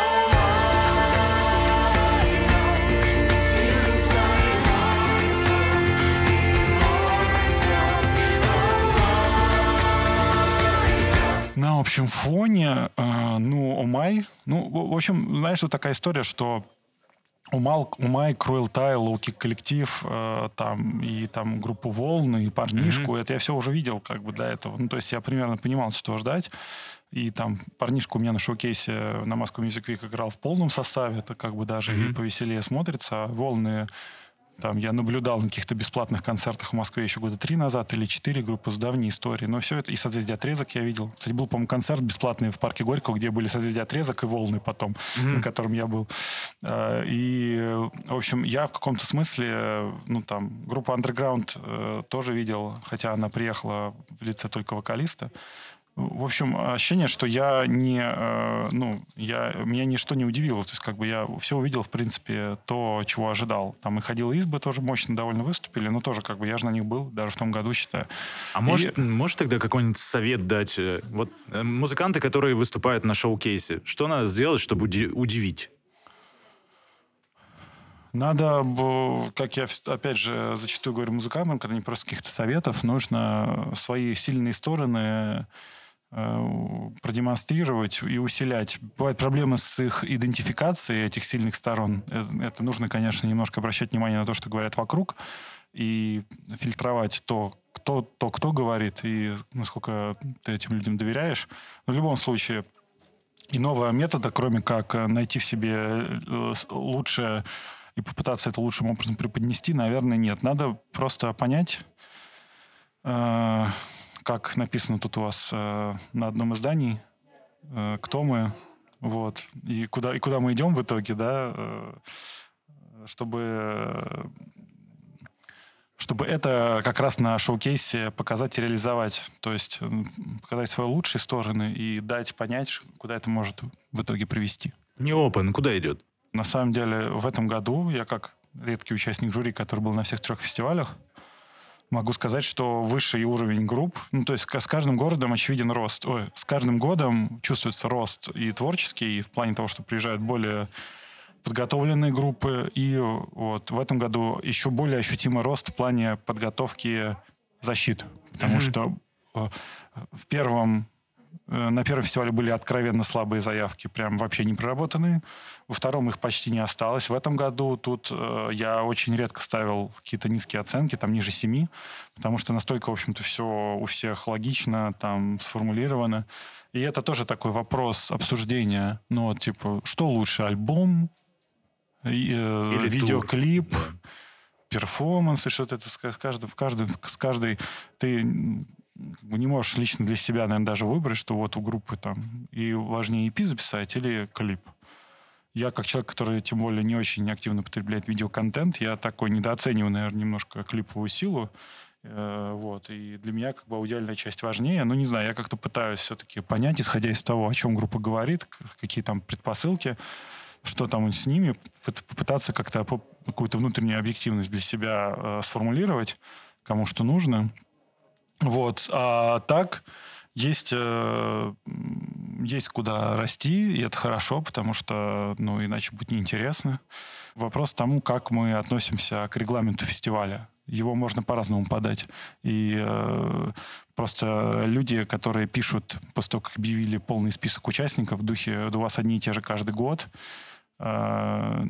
На общем фоне, Омай, в общем, знаешь, вот такая история, что Умай, Cruel Tile, Лоу-Кик коллектив, там группу Волны, и Парнишку. Это я все уже видел как бы до этого. Ну, то есть я примерно понимал, что ждать. И там Парнишку у меня на шоу-кейсе на Moscow Music Week играл в полном составе. Это как бы даже и повеселее смотрится. Волны... Там я наблюдал на каких-то бесплатных концертах в Москве еще года 3 назад или 4, группы с давней историей. Но все это, и «Созвездие отрезок» я видел. Кстати, был, по-моему, концерт бесплатный в парке Горького, где были «Созвездие отрезок» и «Волны» потом, на котором я был. И, в общем, я в каком-то смысле, группу «Underground» тоже видел, хотя она приехала в лице только вокалиста. В общем, ощущение, что меня ничто не удивило. То есть, как бы я все увидел, в принципе, то, чего ожидал. Там и «Ходила избы» тоже мощно довольно выступили, но тоже, как бы, я же на них был, даже в том году, считаю. А можешь тогда какой-нибудь совет дать? Вот музыканты, которые выступают на шоу-кейсе, что надо сделать, чтобы удивить? Надо, как я, опять же, зачастую говорю музыкантам, когда не просто каких-то советов, нужно свои сильные стороны продемонстрировать и усилять. Бывают проблемы с их идентификацией этих сильных сторон. Это нужно, конечно, немножко обращать внимание на то, что говорят вокруг, и фильтровать кто говорит, и насколько ты этим людям доверяешь. Но в любом случае, иного метода, кроме как найти в себе лучшее и попытаться это лучшим образом преподнести, наверное, нет. Надо просто понять, как написано тут у вас на одном издании, кто мы, вот, и куда мы идем в итоге, да, чтобы это как раз на шоу-кейсе показать и реализовать. То есть показать свои лучшие стороны и дать понять, куда это может в итоге привести. Не open, куда идет? На самом деле, в этом году я, как редкий участник жюри, который был на всех 3 фестивалях, могу сказать, что высший уровень групп, то есть с каждым городом очевиден рост. С каждым годом чувствуется рост и творческий, и в плане того, что приезжают более подготовленные группы. И вот в этом году еще более ощутимый рост в плане подготовки защиты. Потому что на первом фестивале были откровенно слабые заявки, прям вообще не проработанные. Во втором их почти не осталось. В этом году тут я очень редко ставил какие-то низкие оценки, там ниже 7, потому что настолько, в общем-то, все у всех логично, там сформулировано. И это тоже такой вопрос обсуждения. Что лучше, альбом, или видеоклип, перформанс, и что-то это с каждой ты не можешь лично для себя, наверное, даже выбрать, что вот у группы там и важнее EP записать или клип. Я, как человек, который, тем более, не очень активно потребляет видеоконтент, я такой недооцениваю, наверное, немножко клиповую силу. И для меня как бы аудиальная часть важнее. Но не знаю, я как-то пытаюсь все-таки понять, исходя из того, о чем группа говорит, какие там предпосылки, что там с ними, попытаться как-то какую-то внутреннюю объективность для себя сформулировать, кому что нужно. А так есть куда расти, и это хорошо, потому что, иначе будет неинтересно. Вопрос тому, как мы относимся к регламенту фестиваля. Его можно по-разному подать. И просто люди, которые пишут, после того, как объявили полный список участников, в духе «у вас одни и те же каждый год», я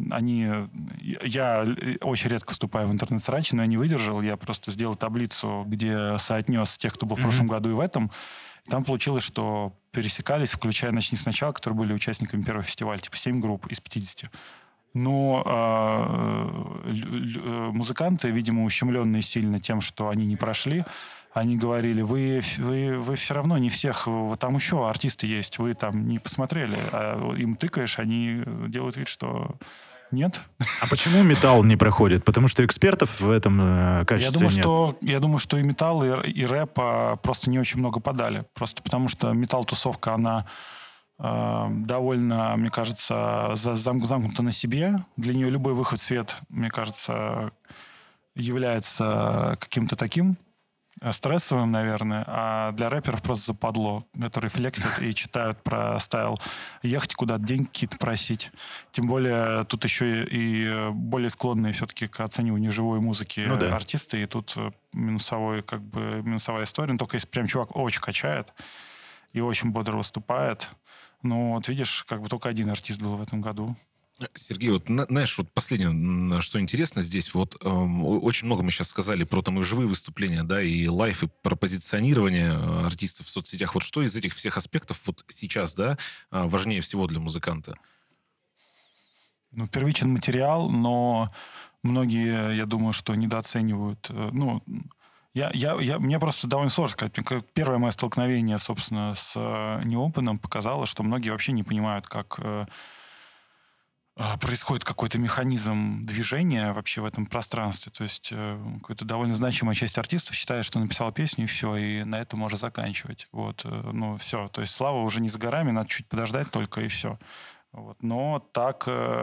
очень редко вступаю в интернет-срачи, но я не выдержал. Я просто сделал таблицу, где соотнес тех, кто был в прошлом году и в этом. И там получилось, что пересекались, включая «Начни сначала», которые были участниками первого фестиваля, 7 групп из 50. Но музыканты, видимо, ущемленные сильно тем, что они не прошли, они говорили, вы все равно не всех, там еще артисты есть, вы там не посмотрели. А им тыкаешь, они делают вид, что нет. А почему металл не проходит? Потому что экспертов в этом качестве нет. Я думаю, что и металл, и рэп просто не очень много подали. Просто потому что металл-тусовка, она довольно, мне кажется, замкнута на себе. Для нее любой выход в свет, мне кажется, является каким-то таким стрессовым, наверное, а для рэперов просто западло, которые флексят и читают про стайл ехать куда-то, деньги какие-то просить. Тем более тут еще и более склонные все-таки к оцениванию живой музыки артисты, и тут минусовая история. Но только если прям чувак очень качает и очень бодро выступает. Ну, вот видишь, как бы только один артист был в этом году. Сергей, вот знаешь, вот последнее, что интересно здесь, вот очень много мы сейчас сказали про там и живые выступления, да, и лайв, и про позиционирование артистов в соцсетях. Вот что из этих всех аспектов вот сейчас, да, важнее всего для музыканта? Ну, первичен материал, но многие, я думаю, что недооценивают. Ну, мне просто довольно сложно сказать. Первое мое столкновение, собственно, с неопеном показало, что многие вообще не понимают, как происходит какой-то механизм движения вообще в этом пространстве. То есть какая-то довольно значимая часть артистов считает, что написал песню, и все, и на этом можно заканчивать. Вот, ну, все. То есть слава уже не за горами, надо чуть подождать только, и все. Вот. Но так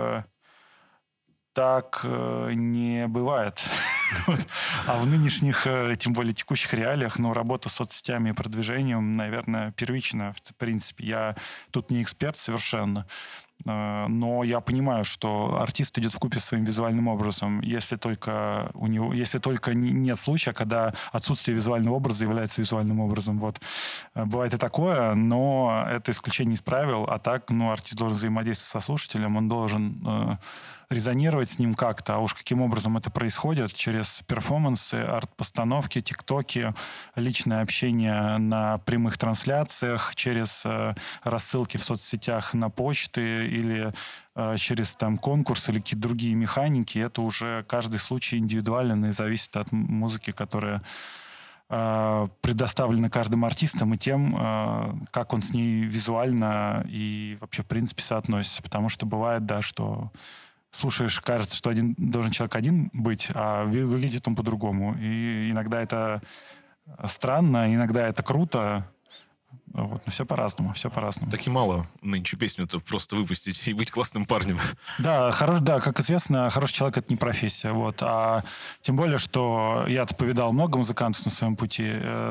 не бывает. А в нынешних, тем более текущих реалиях, работа с соцсетями и продвижением, наверное, первична. В принципе, я тут не эксперт совершенно, но я понимаю, что артист идет вкупе со своим визуальным образом, если только нет случая, когда отсутствие визуального образа является визуальным образом. Вот. Бывает и такое, но это исключение из правил, а так, артист должен взаимодействовать со слушателем, он должен резонировать с ним как-то, а уж каким образом это происходит, через перформансы, арт-постановки, тиктоки, личное общение на прямых трансляциях, через рассылки в соцсетях на почты или через там конкурс или какие-то другие механики, это уже каждый случай индивидуален и зависит от музыки, которая предоставлена каждым артистом и тем, как он с ней визуально и вообще в принципе соотносится. Потому что бывает, да, что слушаешь, кажется, что должен человек один быть, а выглядит он по-другому. И иногда это странно, иногда это круто. Вот. Но все по-разному, все по-разному. Так и мало нынче песню-то просто выпустить и быть классным парнем. Да, как известно, хороший человек — это не профессия. Вот. А тем более, что я-то повидал много музыкантов на своем пути.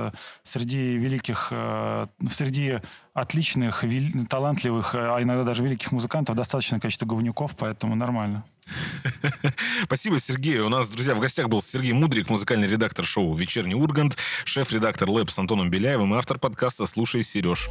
Среди отличных, талантливых, а иногда даже великих музыкантов достаточное количество говнюков, поэтому нормально. Спасибо, Сергей. У нас, друзья, в гостях был Сергей Мудрик, музыкальный редактор шоу «Вечерний Ургант», шеф-редактор «Лэп» с Антоном Беляевым и автор подкаста «Слушай, Сереж».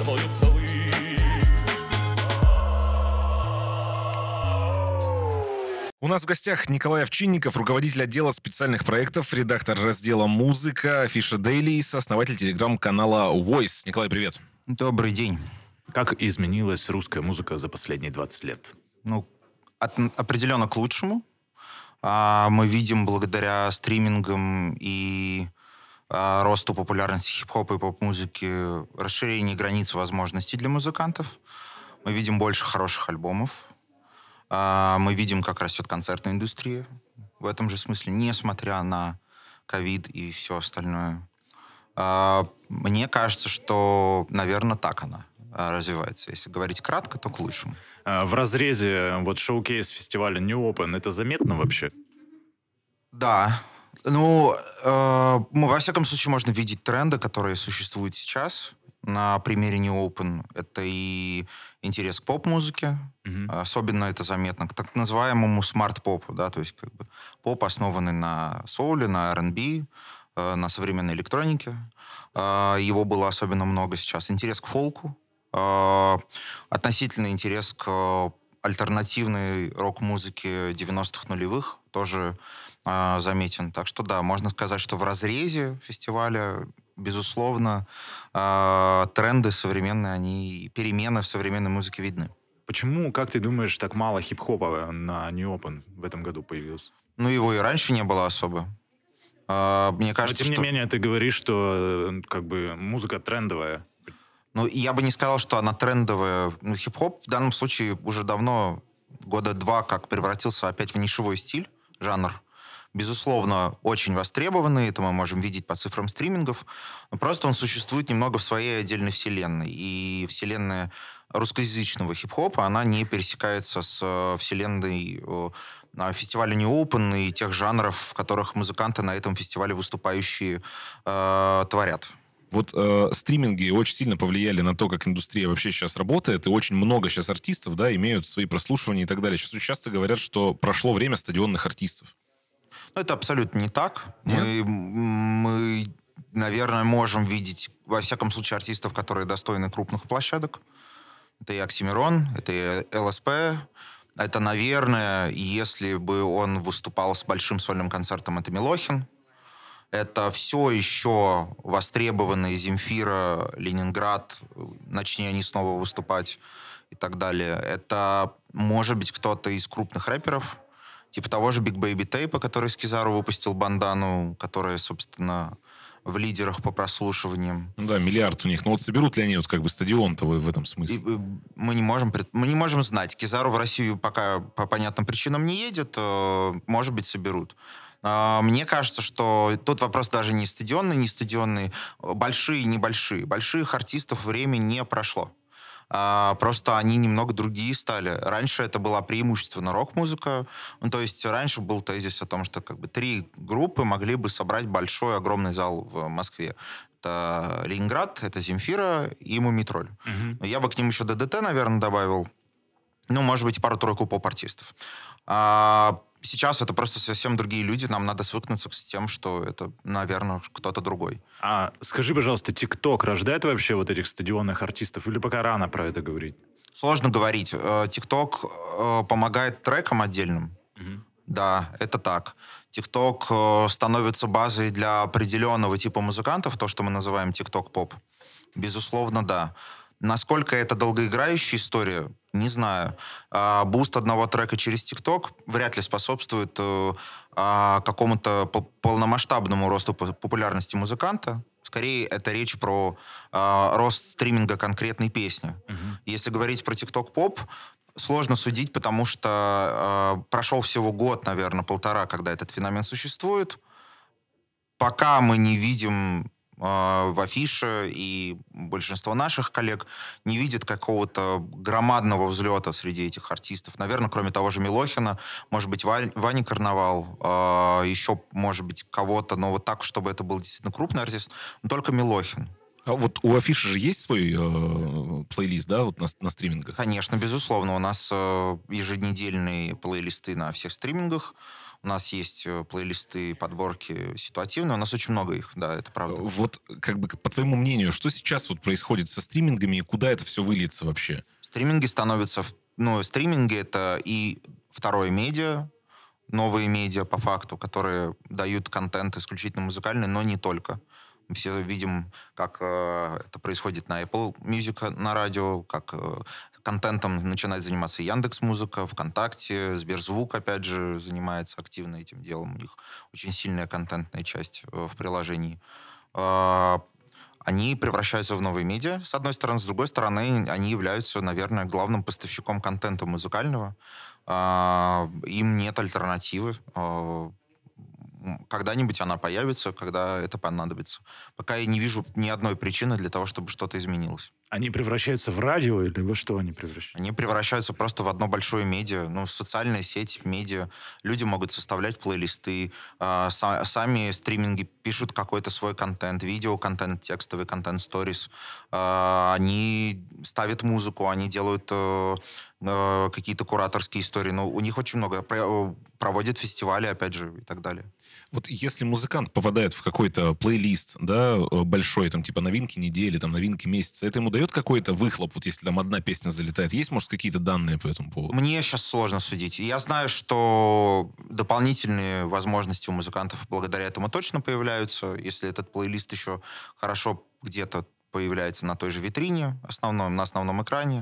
У нас в гостях Николай Овчинников, руководитель отдела специальных проектов, редактор раздела «Музыка», Афиша Дейли, сооснователь телеграм-канала Voice. Николай, привет. Добрый день. Как изменилась русская музыка за последние 20 лет? Определенно к лучшему. Мы видим благодаря стримингам и росту популярности хип-хопа и поп-музыки расширение границ возможностей для музыкантов. Мы видим больше хороших альбомов. Мы видим, как растет концертная индустрия. В этом же смысле, несмотря на ковид и все остальное. Мне кажется, что, наверное, так она развивается. Если говорить кратко, то к лучшему. В разрезе шоу-кейс фестиваля New Open это заметно вообще? Да. Во всяком случае, можно видеть тренды, которые существуют сейчас. На примере New Open это и интерес к поп-музыке. Особенно это заметно к так называемому смарт-попу. Да? То есть поп, основанный на соуле, на R&B, на современной электронике. Его было особенно много сейчас. Интерес к фолку. Относительный интерес к альтернативной рок-музыке 90-х нулевых тоже заметен. Так что да, можно сказать, что в разрезе фестиваля, безусловно, тренды современные, перемены в современной музыке видны. Почему, как ты думаешь, так мало хип-хопа на New Open в этом году появилось? Его и раньше не было особо. Мне Но кажется, тем не что... менее ты говоришь, что как бы музыка трендовая. Ну, я бы не сказал, что она трендовая. Ну, хип-хоп в данном случае уже давно, года 2, как превратился опять в нишевой стиль, жанр. Безусловно, очень востребованный, это мы можем видеть по цифрам стримингов, но просто он существует немного в своей отдельной вселенной. И вселенная русскоязычного хип-хопа, она не пересекается с вселенной фестиваля New Open и тех жанров, в которых музыканты на этом фестивале выступающие творят. Вот стриминги очень сильно повлияли на то, как индустрия вообще сейчас работает, и очень много сейчас артистов, да, имеют свои прослушивания и так далее. Сейчас очень часто говорят, что прошло время стадионных артистов. Ну, это абсолютно не так. Мы, наверное, можем видеть, во всяком случае, артистов, которые достойны крупных площадок. Это и Оксимирон, это и ЛСП. Это, наверное, если бы он выступал с большим сольным концертом, это Милохин. Это все еще востребованные Земфира, Ленинград, начни они снова выступать и так далее. Это, может быть, кто-то из крупных рэперов, типа того же Big Baby Tape, который Скизару выпустил бандану, которая, собственно, в лидерах по прослушиваниям. Ну да, миллиард у них. Но вот соберут ли они вот как бы стадион-то в этом смысле? Мы не можем знать. Кизару в Россию пока по понятным причинам не едет. Может быть, соберут. Мне кажется, что тут вопрос даже не стадионный, не стадионный. Большие, небольшие. Больших артистов время не прошло. Просто они немного другие стали. Раньше это была преимущественно рок-музыка. Ну, то есть раньше был тезис о том, что как бы 3 группы могли бы собрать большой, огромный зал в Москве. Это Ленинград, это Земфира и Мумитроль. Но я бы к ним еще ДДТ, наверное, добавил. Ну, может быть, пару-тройку поп-артистов. Сейчас это просто совсем другие люди. Нам надо свыкнуться с тем, что это, наверное, кто-то другой. Скажи, пожалуйста, ТикТок рождает вообще вот этих стадионных артистов? Или пока рано про это говорить? Сложно говорить. ТикТок помогает трекам отдельным. Да, это так. ТикТок становится базой для определенного типа музыкантов, то, что мы называем ТикТок-поп. Безусловно, да. Насколько это долгоиграющая история, не знаю. Буст одного трека через ТикТок вряд ли способствует какому-то полномасштабному росту популярности музыканта. Скорее, это речь про рост стриминга конкретной песни. Если говорить про ТикТок-поп, сложно судить, потому что прошел всего год, наверное, 1,5, когда этот феномен существует. Пока мы не видим в афише, и большинство наших коллег не видит какого-то громадного взлета среди этих артистов. Наверное, кроме того же Милохина, может быть, Вани Карнавал, еще, может быть, кого-то, но вот так, чтобы это был действительно крупный артист, но только Милохин. А вот у афиши же есть свой плейлист, да, вот на стримингах? Конечно, безусловно. У нас еженедельные плейлисты на всех стримингах. У нас есть плейлисты, подборки ситуативные. У нас очень много их, да, это правда. Вот, как бы, по твоему мнению, что сейчас вот происходит со стримингами и куда это все выльется вообще? Стриминги становятся... Ну, стриминги — это и второе медиа, новые медиа, по факту, которые дают контент исключительно музыкальный, но не только. Мы все видим, как это происходит на Apple Music, на радио, как контентом начинает заниматься Яндекс.Музыка, ВКонтакте, Сберзвук, опять же, занимается активно этим делом. У них очень сильная контентная часть в приложении. Они превращаются в новые медиа, с одной стороны. С другой стороны, они являются, наверное, главным поставщиком контента музыкального. Им нет альтернативы. Когда-нибудь она появится, когда это понадобится. Пока я не вижу ни одной причины для того, чтобы что-то изменилось. Они превращаются в радио или во что они превращаются? Они превращаются просто в одно большое медиа. Ну, социальная сеть, медиа. Люди могут составлять плейлисты. Сами стриминги пишут какой-то свой контент. Видео-контент, текстовый контент, сторис. Они ставят музыку, они делают какие-то кураторские истории. Но у них очень много. Проводят фестивали, опять же, и так далее. Вот если музыкант попадает в какой-то плейлист, да, большой, там, типа новинки недели, там, новинки месяца, это ему дает какой-то выхлоп, вот если там одна песня залетает? Есть, может, какие-то данные по этому поводу? Мне сейчас сложно судить. Я знаю, что дополнительные возможности у музыкантов благодаря этому точно появляются. Если этот плейлист еще хорошо где-то появляется на той же витрине, на основном экране,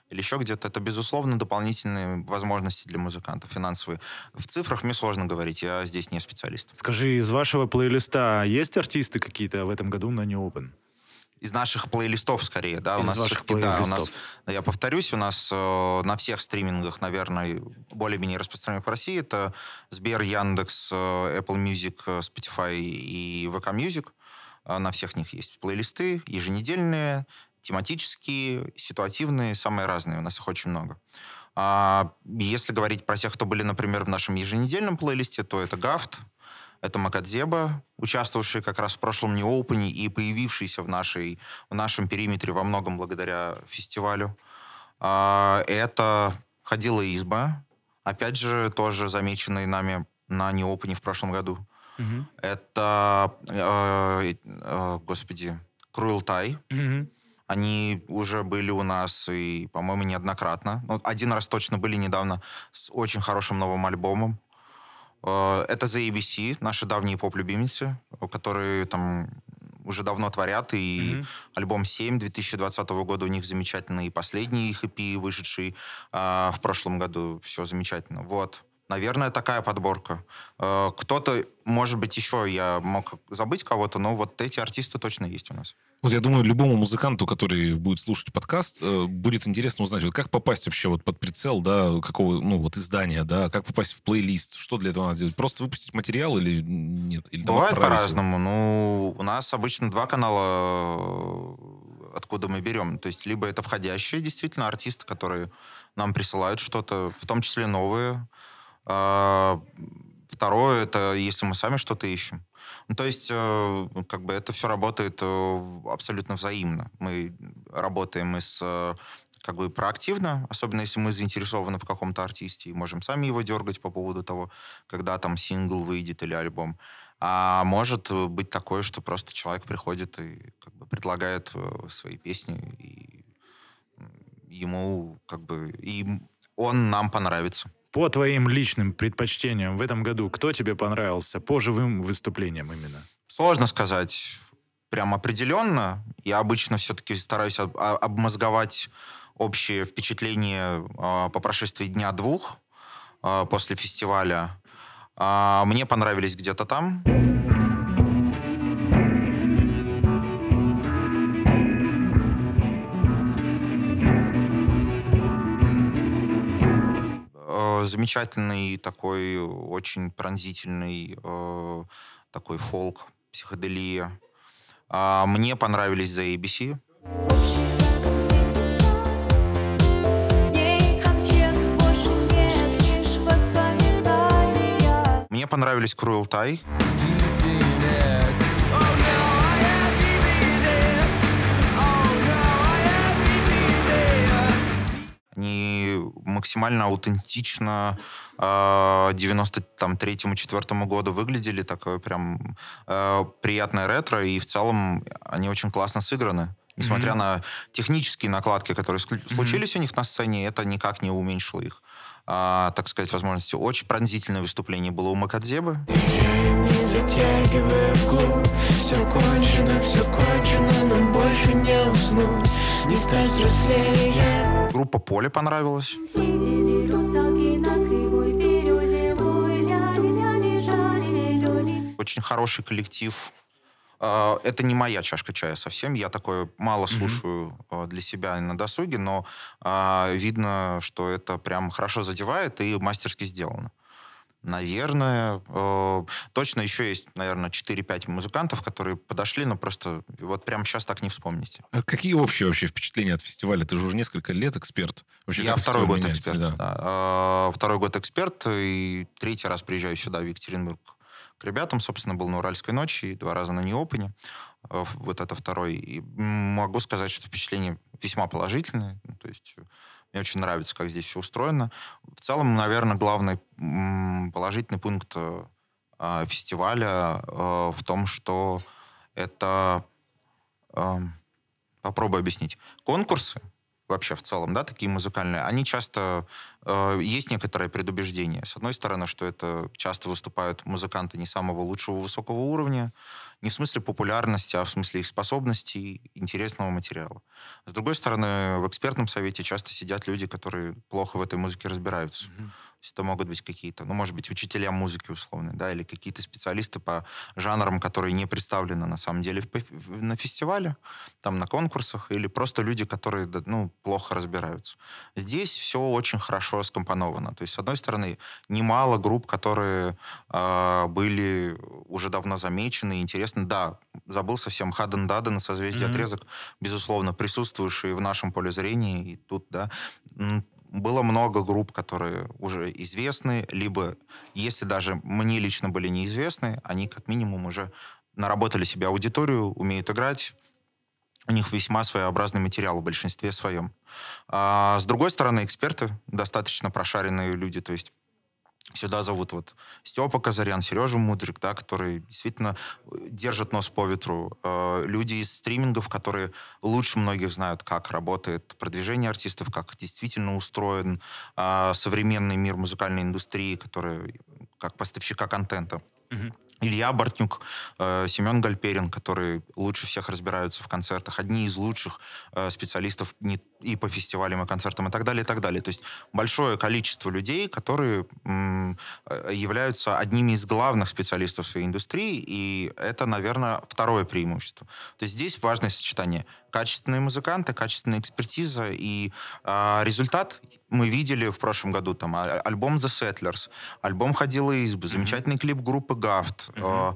или еще где-то, это, безусловно, дополнительные возможности для музыкантов, финансовые. В цифрах мне сложно говорить, я здесь не специалист. Скажи, из вашего плейлиста есть артисты какие-то в этом году на New Open? Из наших плейлистов, скорее, да. Из у нас ваших все-таки, да, у нас, плейлистов. я повторюсь, у нас на всех стримингах, наверное, более-менее распространенных в России, это Сбер, Яндекс, Apple Music, Spotify и VK Music. На всех них есть плейлисты еженедельные, тематические, ситуативные, самые разные. У нас их очень много. Если говорить про тех, кто были, например, в нашем еженедельном плейлисте, то это Гафт, это Макадзеба, участвовавший как раз в прошлом New Open и появившийся в нашем периметре во многом благодаря фестивалю. Это Ходила Изба, опять же, тоже замеченный нами на New Open в прошлом году. Это, господи, Круэлтай. Они уже были у нас, и, по-моему, неоднократно. Ну, один раз точно были недавно с очень хорошим новым альбомом. Это The ABC, наши давние поп-любимицы, которые там уже давно творят, и альбом 7 2020 года у них замечательный, и последний их EP, вышедший в прошлом году, все замечательно. Вот. Наверное, такая подборка. Кто-то, может быть, еще я мог забыть кого-то, но вот эти артисты точно есть у нас. Вот я думаю, любому музыканту, который будет слушать подкаст, будет интересно узнать, вот как попасть вообще вот под прицел, да, какого, ну, вот издания, да, как попасть в плейлист, что для этого надо делать? Просто выпустить материал или нет? Или Бывает по-разному. Ну, у нас обычно 2 канала, откуда мы берем. То есть либо это входящие, действительно, артисты, которые нам присылают что-то, в том числе новые. Второе, это если мы сами что-то ищем. Ну, то есть, как бы это все работает абсолютно взаимно. Мы работаем как бы проактивно, особенно если мы заинтересованы в каком-то артисте и можем сами его дергать по поводу того, когда там сингл выйдет или альбом. А может быть такое, что просто человек приходит и как бы предлагает свои песни, и ему как бы и он нам понравится. По твоим личным предпочтениям в этом году кто тебе понравился по живым выступлениям именно? Сложно сказать прям определенно. Я обычно все-таки стараюсь обмозговать общее впечатление по прошествии дня-двух после фестиваля. Мне понравились где-то там. Замечательный такой, очень пронзительный такой фолк, психоделия. Мне понравились The ABC. Мне понравились Круэлтай. Они максимально аутентично 93-4 году выглядели. Такое прям приятное ретро. И в целом они очень классно сыграны. Несмотря на технические накладки, которые случились у них на сцене, это никак не уменьшило их, так сказать, возможности. Очень пронзительное выступление было у Макадзебы. Не затягивая вглубь, все кончено, нам больше не уснуть, не стать взрослее. Группа Поле понравилась. Сидели русалки на кривой березе, лежали. Очень хороший коллектив. Это не моя чашка чая совсем. Я такое мало слушаю для себя на досуге, но видно, что это прям хорошо задевает и мастерски сделано. Наверное, точно еще есть, наверное, 4-5 музыкантов, которые подошли, но просто вот прямо сейчас так не вспомните. А какие общие вообще впечатления от фестиваля? Ты же уже несколько лет эксперт. Вообще, Я второй год эксперт. Да. Да. Второй год эксперт, и 3-й раз приезжаю сюда, в Екатеринбург, к ребятам. Собственно, был на Уральской ночи и 2 раза на New Open. Вот это второй. И могу сказать, что впечатление весьма положительное. То есть мне очень нравится, как здесь все устроено. В целом, наверное, главный положительный пункт фестиваля в том, что это... попробую объяснить. Конкурсы вообще в целом, да, такие музыкальные, они часто... есть некоторое предубеждение. С одной стороны, что это часто выступают музыканты не самого лучшего высокого уровня, не в смысле популярности, а в смысле их способностей, интересного материала. С другой стороны, в экспертном совете часто сидят люди, которые плохо в этой музыке разбираются. То есть это могут быть какие-то, ну, может быть, учителя музыки условно, да, или какие-то специалисты по жанрам, которые не представлены на самом деле на фестивале, там, на конкурсах, или просто люди, которые, ну, плохо разбираются. Здесь все очень хорошо скомпоновано. То есть, с одной стороны, немало групп, которые были уже давно замечены, интересно. Да, забыл совсем Хаден Даден, созвездие отрезок, безусловно, присутствующие в нашем поле зрения, и тут, да, было много групп, которые уже известны, либо, если даже мне лично были неизвестны, они как минимум уже наработали себе аудиторию, умеют играть. У них весьма своеобразный материал в большинстве своем. А с другой стороны, эксперты, достаточно прошаренные люди, то есть сюда зовут вот Степа Казарян, Сережа Мудрик, да, которые действительно держат нос по ветру. Люди из стримингов, которые лучше многих знают, как работает продвижение артистов, как действительно устроен современный мир музыкальной индустрии, который как поставщика контента. Илья Бортнюк, Семен Гальперин, которые лучше всех разбираются в концертах, одни из лучших специалистов и по фестивалям, и концертам, и так далее, и так далее. То есть большое количество людей, которые являются одними из главных специалистов в своей индустрии, и это, наверное, второе преимущество. То есть здесь важное сочетание. Качественные музыканты, качественная экспертиза, и результат мы видели в прошлом году, там, альбом The Settlers, альбом «Ходила избы», замечательный клип группы Гафт,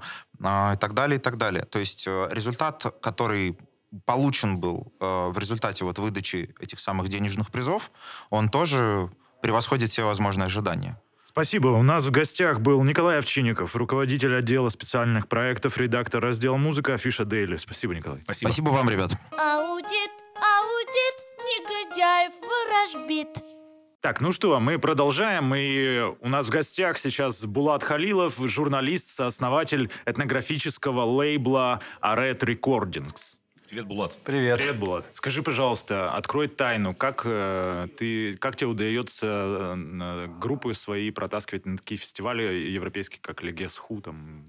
и так далее, и так далее. То есть результат, который получен был в результате вот выдачи этих самых денежных призов, он тоже превосходит все возможные ожидания. Спасибо. У нас в гостях был Николай Овчинников, руководитель отдела специальных проектов, редактор раздела «Музыка» Афиша Дейли. Спасибо, Николай. Спасибо вам, ребят. Аудит, негодяев ворожбит. Так, ну что, мы продолжаем, и у нас в гостях сейчас Булат Халилов, журналист, сооснователь этнографического лейбла Arret Recordings. Привет, Булат. Привет, Булат. Скажи, пожалуйста, открой тайну, как тебе удается группы свои протаскивать на такие фестивали европейские, как Легес Ху, там...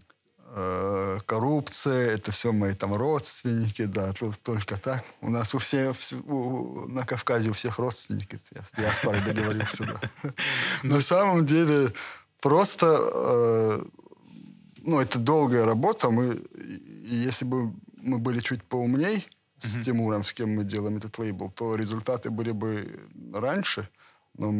Коррупция, это все мои там родственники, да, только так. У нас на Кавказе у всех родственники, я с диаспорой договорился, да. На самом деле, просто, это долгая работа, если бы мы были чуть поумней с Тимуром, с кем мы делаем этот лейбл, то результаты были бы раньше, но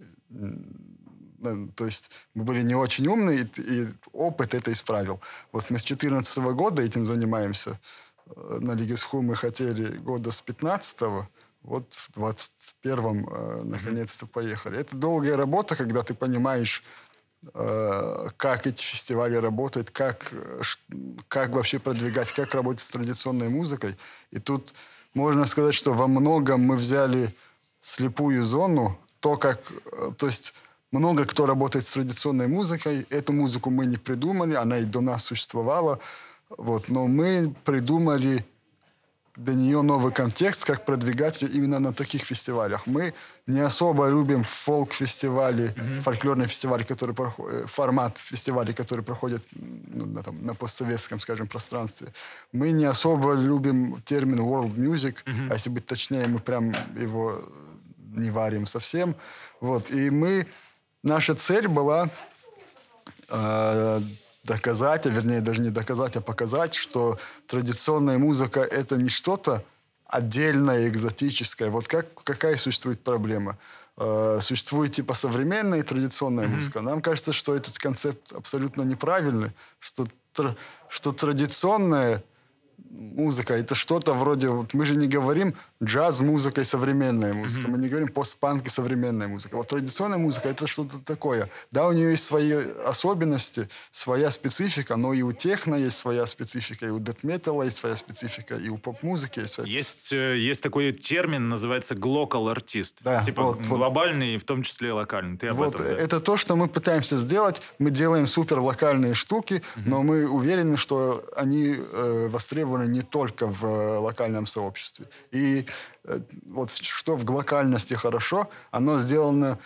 то есть мы были не очень умные, и опыт это исправил. Вот мы с 2014 года этим занимаемся. На Легес Ху мы хотели года с 15-го, вот в 21-м наконец-то поехали. Это долгая работа, когда ты понимаешь, как эти фестивали работают, как вообще продвигать, как работать с традиционной музыкой. И тут можно сказать, что во многом мы взяли слепую зону, то есть много кто работает с традиционной музыкой. Эту музыку мы не придумали, она и до нас существовала. Вот. Но мы придумали для нее новый контекст, как продвигать именно на таких фестивалях. Мы не особо любим фолк-фестивали, фольклорные фестивали, формат фестивалей, которые проходят на постсоветском, скажем, пространстве. Мы не особо любим термин world music, а если быть точнее, мы прям его не варим совсем. Вот. И наша цель была доказать, вернее, даже не доказать, а показать, что традиционная музыка — это не что-то отдельное, экзотическое. Вот какая существует проблема? Существует типа современная и традиционная музыка. Нам кажется, что этот концепт абсолютно неправильный, что традиционная музыка — это что-то вроде... Вот мы же не говорим джаз-музыка и современная музыка. Мы не говорим постпанк и современная музыка. Вот традиционная музыка — это что-то такое. Да, у нее есть свои особенности, своя специфика, но и у техно есть своя специфика, и у дэт-металла есть своя специфика, и у поп-музыки есть своя специфика. Есть такой термин, называется «глокал артист». Да, типа глобальный, в том числе локальный. Ты об этом, да? Это то, что мы пытаемся сделать. Мы делаем супер локальные штуки, но мы уверены, что они востребованы не только в локальном сообществе. И вот что в глокальности хорошо, оно сделано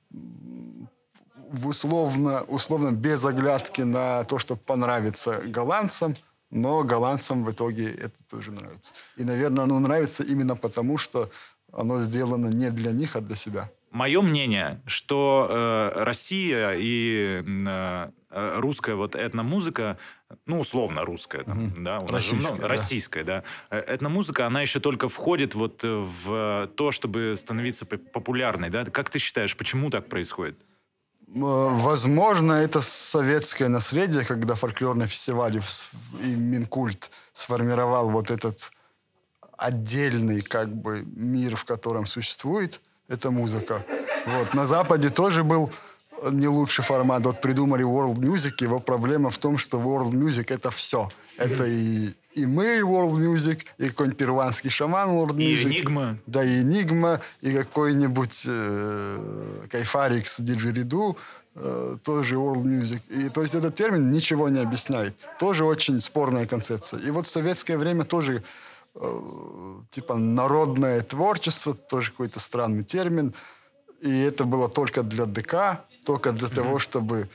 условно без оглядки на то, чтобы понравиться голландцам, но голландцам в итоге это тоже нравится. И, наверное, оно нравится именно потому, что оно сделано не для них, а для себя. Мое мнение, что Россия и русская вот этномузыка, ну, условно русская, там, да, у нас же российская, да. Этномузыка, она еще только входит вот в то, чтобы становиться популярной, да. Как ты считаешь, почему так происходит? Возможно, это советское наследие, когда фольклорные фестивали и Минкульт сформировал вот этот отдельный как бы мир, в котором существует эта музыка. Вот. На Западе тоже был не лучший формат. Вот придумали World Music, его проблема в том, что World Music — это все. Это и мы World Music, и какой-нибудь перуанский шаман World Music. И Энигма. Да, и Энигма, и какой-нибудь Кайфарикс Диджериду, тоже World Music. И, то есть этот термин ничего не объясняет. Тоже очень спорная концепция. И вот в советское время тоже типа народное творчество, тоже какой-то странный термин. И это было только для ДК, только для того, чтобы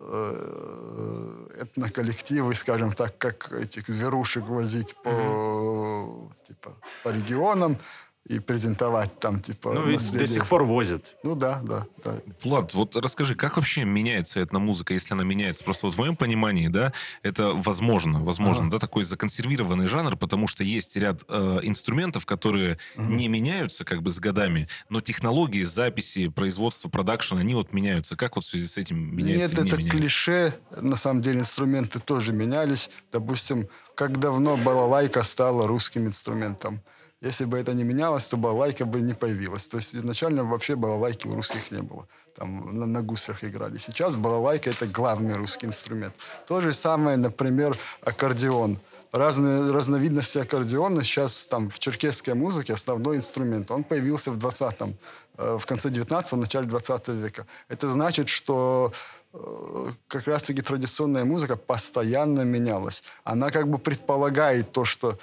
этноколлективы, скажем так, как этих зверушек возить по регионам и презентовать там, типа, ну, ведь до сих пор возят. Ну, да. Влад, вот расскажи, как вообще меняется этномузыка, если она меняется? Просто вот в моем понимании, да, это возможно, да, такой законсервированный жанр, потому что есть ряд инструментов, которые не меняются как бы с годами, но технологии записи, производства, продакшена, они вот меняются. Как вот в связи с этим меняется? Нет, это клише. На самом деле инструменты тоже менялись. Допустим, как давно балалайка стала русским инструментом? Если бы это не менялось, то балалайка бы не появилась. То есть изначально вообще балалайки у русских не было. Там на гуслях играли. Сейчас балалайка — это главный русский инструмент. То же самое, например, аккордеон. Разные разновидности аккордеона сейчас там в черкесской музыке основной инструмент. Он появился в конце 19-го, начале 20 века. Это значит, что как раз-таки традиционная музыка постоянно менялась. Она как бы предполагает то, что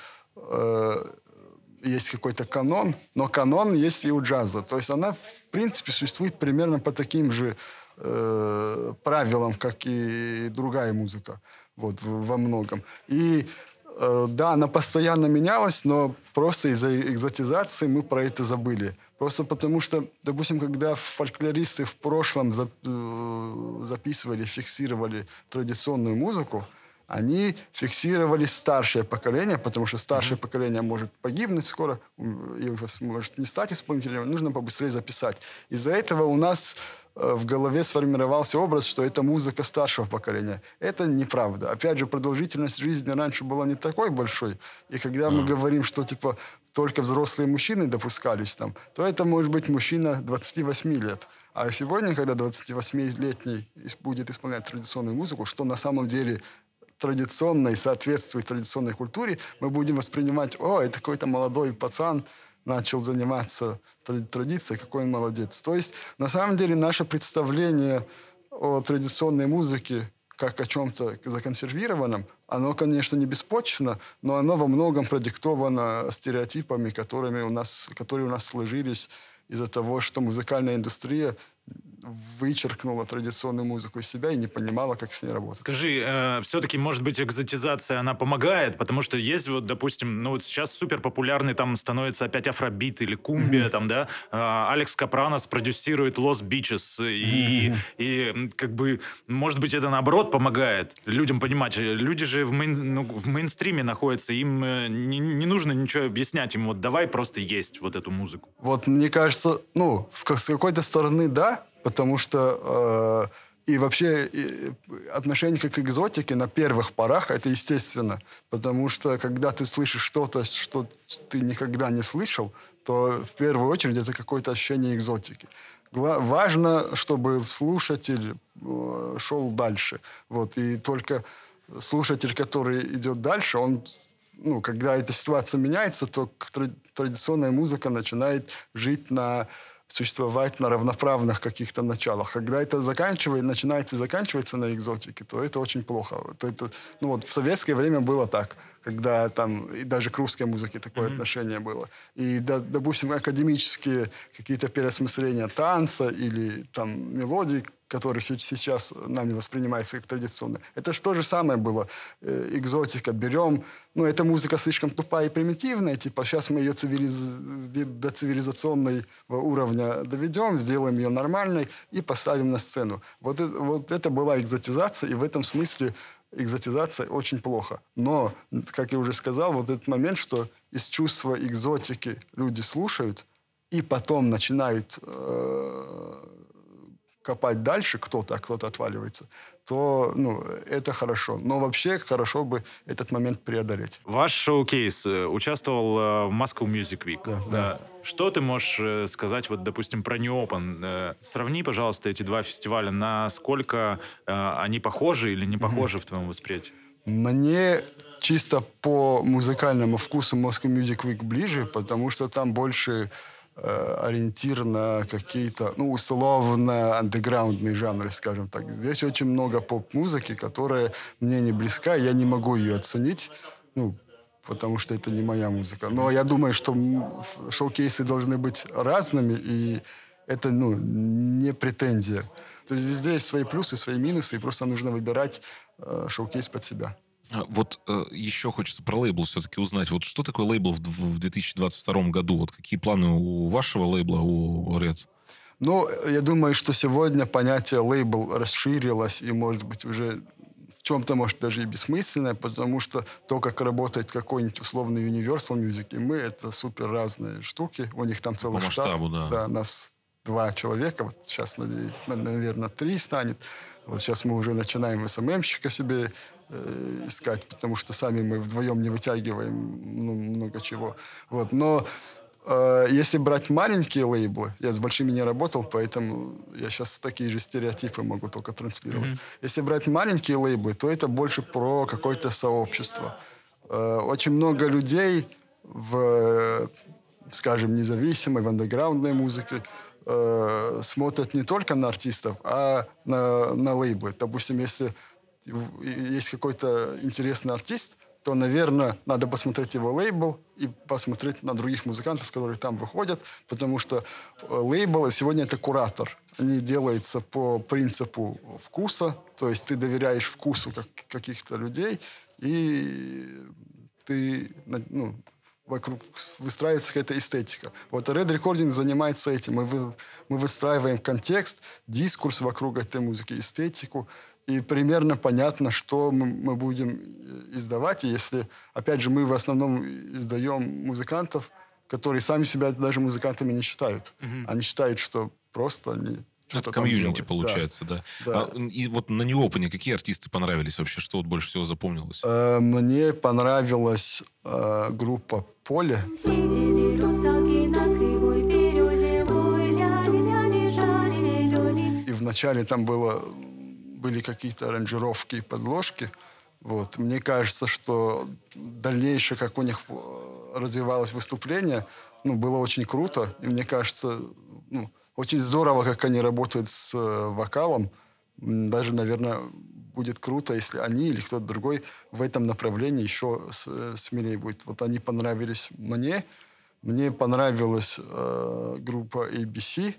есть какой-то канон, но канон есть и у джаза. То есть она, в принципе, существует примерно по таким же правилам, как и другая музыка, вот, во многом. И да, она постоянно менялась, но просто из-за экзотизации мы про это забыли. Просто потому что, допустим, когда фольклористы в прошлом записывали, фиксировали традиционную музыку, они фиксировали старшее поколение, потому что старшее поколение может погибнуть скоро, и уже может не стать исполнителем, нужно побыстрее записать. Из-за этого у нас в голове сформировался образ, что это музыка старшего поколения. Это неправда. Опять же, продолжительность жизни раньше была не такой большой, и когда мы говорим, что типа только взрослые мужчины допускались там, то это может быть мужчина 28 лет. А сегодня, когда 28-летний будет исполнять традиционную музыку, что на самом деле традиционно и соответствует традиционной культуре, мы будем воспринимать: о, это какой-то молодой пацан начал заниматься традицией, какой он молодец. То есть, на самом деле, наше представление о традиционной музыке как о чем-то законсервированном, оно, конечно, не беспочвенно, но оно во многом продиктовано стереотипами, которые у нас сложились из-за того, что музыкальная индустрия вычеркнула традиционную музыку из себя и не понимала, как с ней работать. Скажи, все-таки, может быть, экзотизация, она помогает? Потому что есть вот, допустим, ну вот сейчас супер популярный там становится опять афробит или кумбия, там, да? Алекс Капранос продюсирует Los Beaches, и как бы, может быть, это наоборот помогает людям понимать. Люди же в мейнстриме находятся, им не нужно ничего объяснять, им вот давай просто есть вот эту музыку. Вот, мне кажется, ну, с какой-то стороны, да, потому что и вообще отношение к экзотике на первых порах — это естественно. Потому что когда ты слышишь что-то, что ты никогда не слышал, то в первую очередь это какое-то ощущение экзотики. Важно, чтобы слушатель шел дальше. Вот. И только слушатель, который идет дальше, он, ну, когда эта ситуация меняется, то традиционная музыка начинает существовать на равноправных каких-то началах. Когда это начинается и заканчивается на экзотике, то это очень плохо. Ну вот в советское время было так. когда там и даже к русской музыке такое отношение было. И, допустим, академические какие-то переосмысления танца или там мелодий, которые сейчас нами воспринимаются как традиционные. Это же то же самое было. Экзотика. Берем... Ну, эта музыка слишком тупая и примитивная. Типа, сейчас мы ее до цивилизационного уровня доведем, сделаем ее нормальной и поставим на сцену. Вот это была экзотизация, и в этом смысле экзотизация очень плохо. Но, как я уже сказал, вот этот момент, что из чувства экзотики люди слушают, и потом начинают копать дальше кто-то, а кто-то отваливается, то это хорошо. Но вообще хорошо бы этот момент преодолеть. Ваш шоу-кейс участвовал в Moscow Music Week. Да. Что ты можешь сказать, вот, допустим, про New Open? Сравни, пожалуйста, эти два фестиваля. Насколько они похожи или не похожи в твоем восприятии? Мне чисто по музыкальному вкусу Moscow Music Week ближе, потому что там больше ориентир на какие-то, условно, андеграундные жанры, скажем так. Здесь очень много поп-музыки, которая мне не близка, я не могу ее оценить, потому что это не моя музыка. Но я думаю, что шоу-кейсы должны быть разными, и это, не претензия. То есть везде есть свои плюсы, свои минусы, и просто нужно выбирать шоу-кейс под себя. Вот еще хочется про лейбл все-таки узнать. Вот что такое лейбл в 2022 году? Вот какие планы у вашего лейбла, у Red? Я думаю, что сегодня понятие лейбл расширилось и, может быть, уже в чем-то, может, даже и бессмысленное, потому что то, как работает какой-нибудь условный Universal Music, и мы, это супер разные штуки. У них там целый штат. По масштабу, Да, нас 2 человека, вот сейчас, наверное, 3 станет. Вот сейчас мы уже начинаем СММщика себе искать, потому что сами мы вдвоем не вытягиваем много чего. Вот. Но если брать маленькие лейблы, я с большими не работал, поэтому я сейчас такие же стереотипы могу только транслировать. Если брать маленькие лейблы, то это больше про какое-то сообщество. Очень много людей в, скажем, независимой, в андеграундной музыке смотрят не только на артистов, а на лейблы. Допустим, если есть какой-то интересный артист, то, наверное, надо посмотреть его лейбл и посмотреть на других музыкантов, которые там выходят, потому что лейбл сегодня это куратор. Они делаются по принципу вкуса, то есть ты доверяешь вкусу каких-то людей, и ты, вокруг выстраивается какая-то эстетика. Вот Red Recording занимается этим. Мы выстраиваем контекст, дискурс вокруг этой музыки, эстетику. И примерно понятно, что мы будем издавать. И если, опять же, мы в основном издаем музыкантов, которые сами себя даже музыкантами не считают. Они считают, что просто они что-то там делают. Комьюнити получается, да. И вот на New Open какие артисты понравились вообще? Что вот больше всего запомнилось? Мне понравилась группа «Поле». Сидели русалки на кривой березе, И вначале там были какие-то аранжировки и подложки. Вот. Мне кажется, что дальнейшее, как у них развивалось выступление, было очень круто. И мне кажется, очень здорово, как они работают с вокалом. Даже, наверное, будет круто, если они или кто-то другой в этом направлении еще смелее будет. Вот они понравились мне. Мне понравилась группа ABC.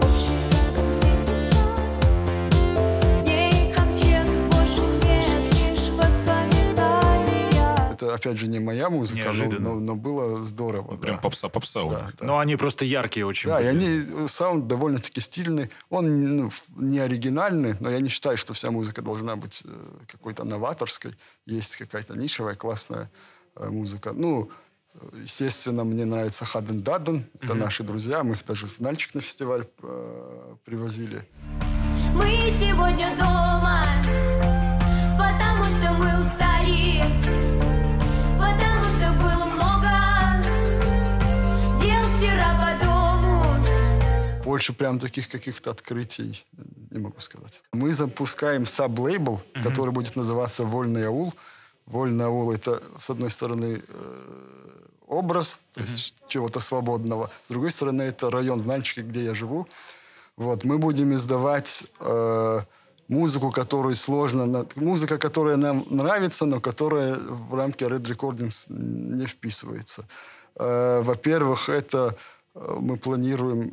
Это, опять же, не моя музыка, но было здорово. Прям попса да. Но они просто яркие очень. Да, и они, саунд довольно-таки стильный. Он не оригинальный, но я не считаю, что вся музыка должна быть какой-то новаторской. Есть какая-то нишевая, классная музыка. Естественно, мне нравится Хаден Даден. Это наши друзья. Мы их даже в Нальчик на фестиваль привозили. Мы сегодня дома, потому что мы устали, потому что было много дел вчера по дому. Больше прям таких каких-то открытий не могу сказать. Мы запускаем саб-лейбл, который будет называться «Вольный аул». «Вольный аул» — это, с одной стороны, образ, то есть чего-то свободного. С другой стороны, это район в Нальчике, где я живу. Вот, мы будем издавать музыку, которую сложно... Музыка, которая нам нравится, но которая в рамки Red Recordings не вписывается. Во-первых, это мы планируем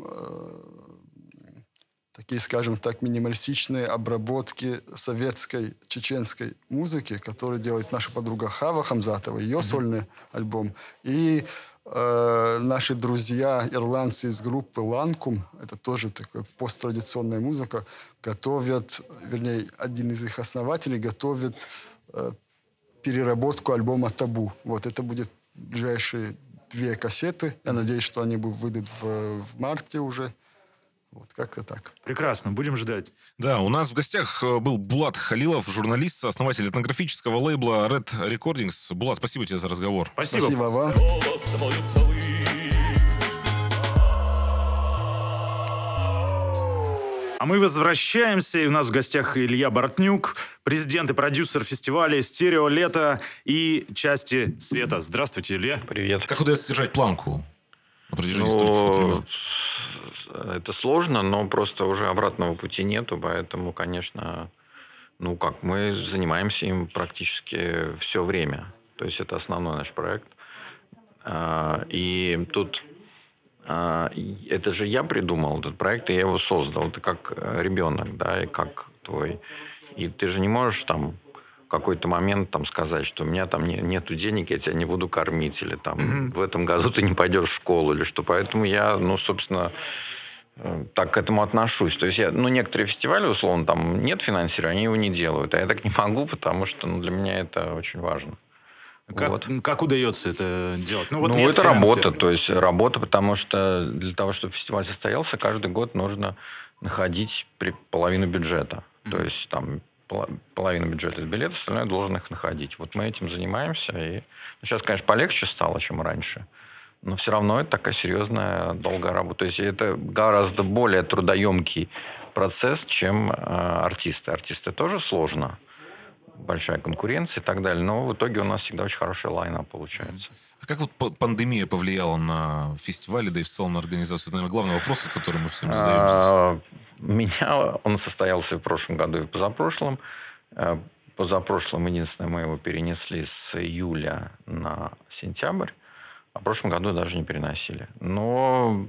такие, скажем так, минималистичные обработки советской, чеченской музыки, которые делает наша подруга Хава Хамзатова, ее сольный альбом. И наши друзья, ирландцы из группы Ланкум, это тоже такая посттрадиционная музыка, готовят, вернее, один из их основателей готовит переработку альбома «Табу». Вот это будет ближайшие 2 кассеты. Я надеюсь, что они выйдут в марте уже. Вот как-то так. Прекрасно, будем ждать. Да, у нас в гостях был Булат Халилов, журналист, основатель этнографического лейбла Red Recordings. Булат, спасибо тебе за разговор. Спасибо вам. А мы возвращаемся, и у нас в гостях Илья Бортнюк, президент и продюсер фестиваля «Стерео Лето» и «Части света». Здравствуйте, Илья. Привет. Как удается держать планку на протяжении стольких времен? Это сложно, но просто уже обратного пути нету, поэтому, конечно, мы занимаемся им практически все время. То есть это основной наш проект. И тут это же я придумал этот проект, и я его создал. Ты как ребенок, да, и как твой. И ты же не можешь там в какой-то момент сказать, что у меня там нету денег, я тебя не буду кормить, или там в этом году ты не пойдешь в школу, или что. Поэтому я, собственно, так к этому отношусь. То есть некоторые фестивали, условно, там нет финансирования, они его не делают. А я так не могу, потому что для меня это очень важно. Как удается это делать? Это работа. То есть работа, потому что для того, чтобы фестиваль состоялся, каждый год нужно находить половину бюджета. То есть там половину бюджета это билеты, остальное должен их находить. Вот мы этим занимаемся. И сейчас, конечно, полегче стало, чем раньше. Но все равно это такая серьезная, долгая работа. То есть это гораздо более трудоемкий процесс, чем артисты. Артисты тоже сложно. Большая конкуренция и так далее. Но в итоге у нас всегда очень хорошая лайна получается. А как пандемия повлияла на фестиваль, да и в целом на организацию? Это, наверное, главный вопрос, который мы всем задаем здесь. Он состоялся в прошлом году и в позапрошлом. Позапрошлом, единственное, мы его перенесли с июля на сентябрь. А в прошлом году даже не переносили. Но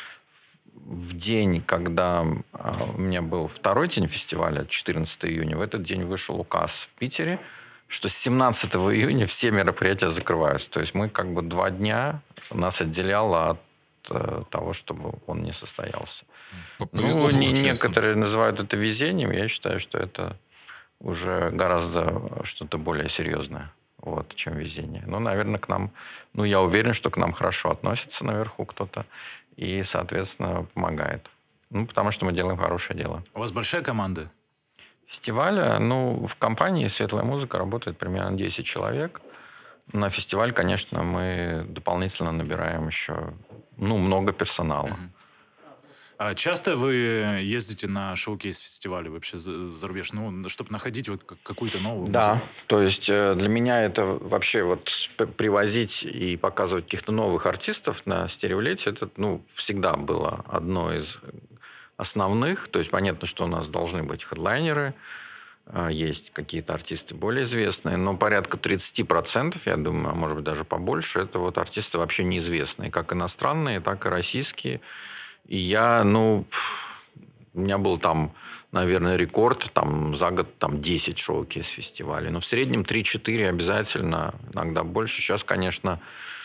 в день, когда у меня был второй день фестиваля, 14 июня, в этот день вышел указ в Питере, что с 17 июня все мероприятия закрываются. То есть мы 2 дня нас отделяло от того, чтобы он не состоялся. Некоторые называют это везением. Я считаю, что это уже гораздо что-то более серьезное, чем везение. Наверное, к нам... я уверен, что к нам хорошо относятся наверху кто-то. И, соответственно, помогает. Потому что мы делаем хорошее дело. У вас большая команда? Фестиваля? В компании «Светлая музыка» работает примерно 10 человек. На фестиваль, конечно, мы дополнительно набираем еще много персонала. А часто вы ездите на шоу-кейс-фестивали вообще за рубеж, чтобы находить какую-то новую Да, музыку? То есть для меня это вообще привозить и показывать каких-то новых артистов на стереолете, это всегда было одно из основных. То есть понятно, что у нас должны быть хедлайнеры, есть какие-то артисты более известные, но порядка 30%, я думаю, а может быть даже побольше, это артисты вообще неизвестные, как иностранные, так и российские. И я, у меня был там, наверное, рекорд за год 10 шоу-кейс-фестивалей. Но в среднем 3-4 обязательно, иногда больше. Сейчас, конечно,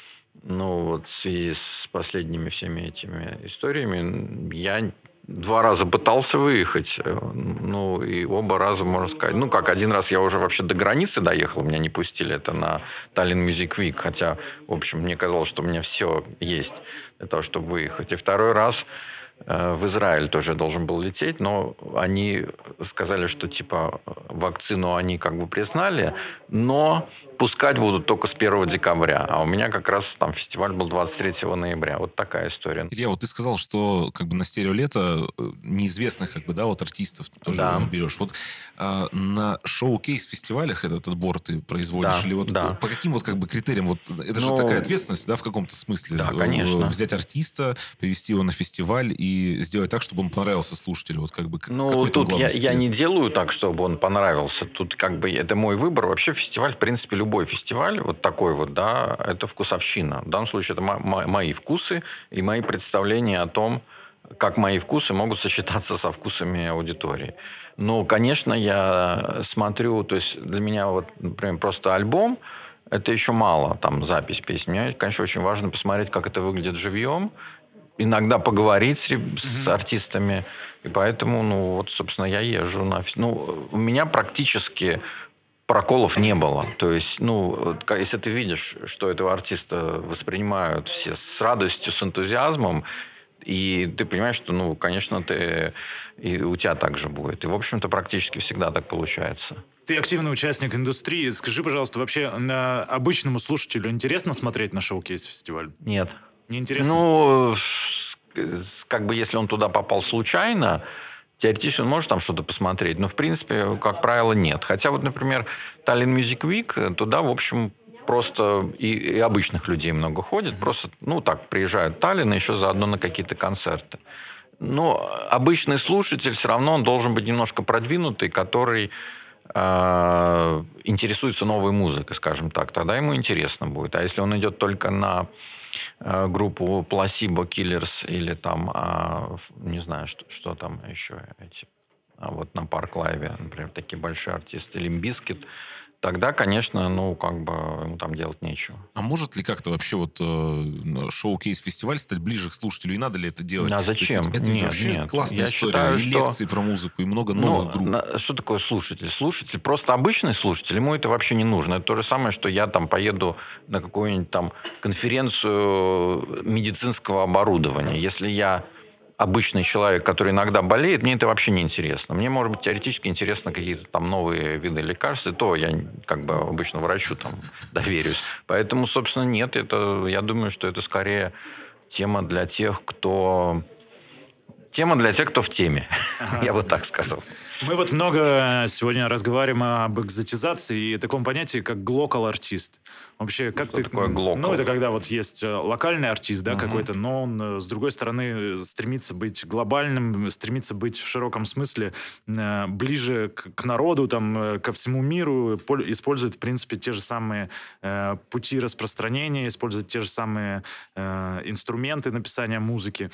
в связи с последними всеми этими историями, я 2 раза пытался выехать. И оба раза, можно сказать... один раз я уже вообще до границы доехал, меня не пустили. Это на Tallinn Music Week. Хотя, в общем, мне казалось, что у меня все есть для того, чтобы выехать. И второй раз в Израиль тоже должен был лететь, но они сказали, что вакцину они признали, но пускать будут только с 1 декабря. А у меня как раз там фестиваль был 23 ноября. Вот такая история. Илья, ты сказал, что на «Стерео Лето» неизвестных артистов ты тоже берешь. На шоу-кейс-фестивалях этот отбор ты производишь? Или по каким критериям? Это же такая ответственность, в каком-то смысле? Да, конечно. Взять артиста, привести его на фестиваль и и сделать так, чтобы он понравился слушателю? Вот как бы, Ну, какой там тут главный я секрет? не делаю так, чтобы он понравился. Тут как бы это мой выбор. Вообще фестиваль, в принципе, любой фестиваль, вот такой вот, да, это вкусовщина. В данном случае это мои вкусы и мои представления о том, как мои вкусы могут сочетаться со вкусами аудитории. Но, конечно, я смотрю, то есть для меня вот, например, просто альбом, это еще мало, там, запись песни. Мне, конечно, очень важно посмотреть, как это выглядит живьем, иногда поговорить с артистами. И поэтому, ну, вот, собственно, я езжу на... Ну, у меня практически проколов не было. То есть, ну, если ты видишь, что этого артиста воспринимают все с радостью, с энтузиазмом, и ты понимаешь, что, ну, конечно, и у тебя так же будет. И, в общем-то, практически всегда так получается. Ты активный участник индустрии. Скажи, пожалуйста, вообще обычному слушателю интересно смотреть на шоу-кейс-фестиваль? Нет. Неинтересно? Ну, как бы если он туда попал случайно, теоретически он может там что-то посмотреть, но, в принципе, как правило, нет. Хотя вот, например, Tallinn Music Week, туда, в общем, просто и обычных людей много ходит. Просто, ну, так, приезжают в Таллин, и еще заодно на какие-то концерты. Но обычный слушатель все равно он должен быть немножко продвинутый, который интересуется новой музыкой, скажем так. Тогда ему интересно будет. А если он идет только на группу Placebo, Killers или там, не знаю, что там еще эти... А вот на Парк Лайве, например, такие большие артисты, Limp Bizkit, тогда, конечно, ну, как бы ему там делать нечего. А может ли как-то вообще вот шоу-кейс-фестиваль стать ближе к слушателю? И надо ли это делать? А зачем? Это ведь вообще Нет. классная Я история. считаю, и что... лекции про музыку, и много новых групп. Что такое слушатель? Слушатель, просто обычный слушатель, ему это вообще не нужно. Это то же самое, что я там поеду на какую-нибудь там конференцию медицинского оборудования. Если я обычный человек, который иногда болеет, мне это вообще не интересно. Мне, может быть, теоретически интересно какие-то там новые виды лекарств, и то я как бы обычно врачу там доверюсь. Поэтому, собственно, нет, это, я думаю, что это скорее тема для тех, кто в теме. Я бы так сказал. Мы вот много сегодня разговариваем об экзотизации и таком понятии, как глокал-артист. Вообще, как что такое глокал? Ну, это когда вот есть локальный артист, да, какой-то, но он, с другой стороны, стремится быть глобальным, стремится быть в широком смысле ближе к народу, там, ко всему миру, использует, в принципе, те же самые пути распространения, использует те же самые инструменты написания музыки.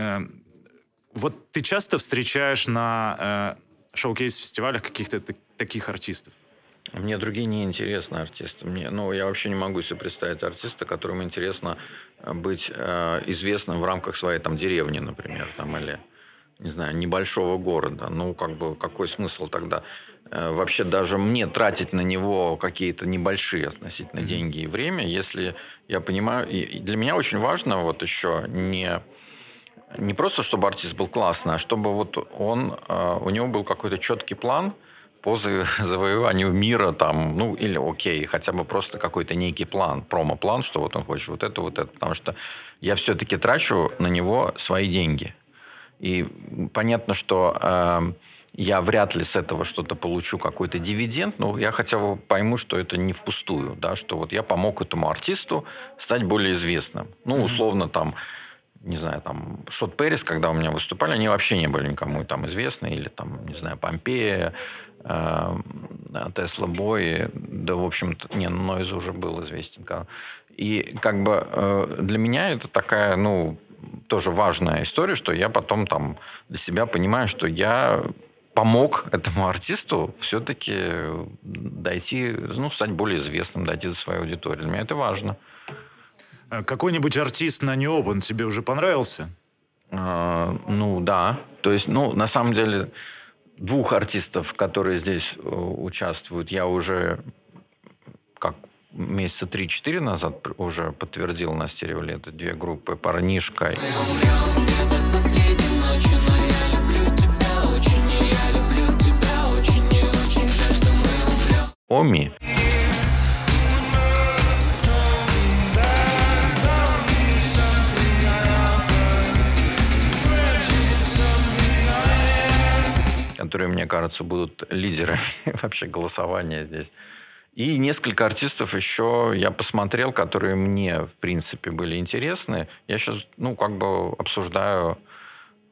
Вот ты часто встречаешь на шоу-кейс-фестивалях каких-то таких артистов? Мне другие не интересны артисты. Я вообще не могу себе представить артиста, которому интересно быть известным в рамках своей там деревни, например, там, или, не знаю, небольшого города. Ну, как бы, какой смысл тогда вообще даже мне тратить на него какие-то небольшие относительно деньги и время, если я понимаю... И для меня очень важно вот еще не просто, чтобы артист был классный, а чтобы вот у него был какой-то четкий план по завоеванию мира, там, ну, или окей, хотя бы просто какой-то некий план, промо-план, что вот он хочет вот это, потому что я все-таки трачу на него свои деньги. И понятно, что я вряд ли с этого что-то получу, какой-то дивиденд, но я хотя бы пойму, что это не впустую, да, что вот я помог этому артисту стать более известным. Ну, условно, там, не знаю, там, Шот Пэрис, когда у меня выступали, они вообще не были никому там известны. Или там, не знаю, Помпея, Тесла Бой. Да, в общем-то, Нойз уже был известен. И как бы для меня это такая, ну, тоже важная история, что я потом там для себя понимаю, что я помог этому артисту все-таки дойти, ну, стать более известным, дойти до своей аудитории. Для меня это важно. Какой-нибудь артист на New Open тебе уже понравился? Ну, да. То есть, ну, на самом деле, двух артистов, которые здесь участвуют, я уже как месяца 3-4 назад уже подтвердил на стереоле. Это две группы «Парнишка». Оми. Которые, мне кажется, будут лидерами вообще голосования здесь. И несколько артистов еще я посмотрел, которые мне, в принципе, были интересны. Я сейчас, ну, как бы обсуждаю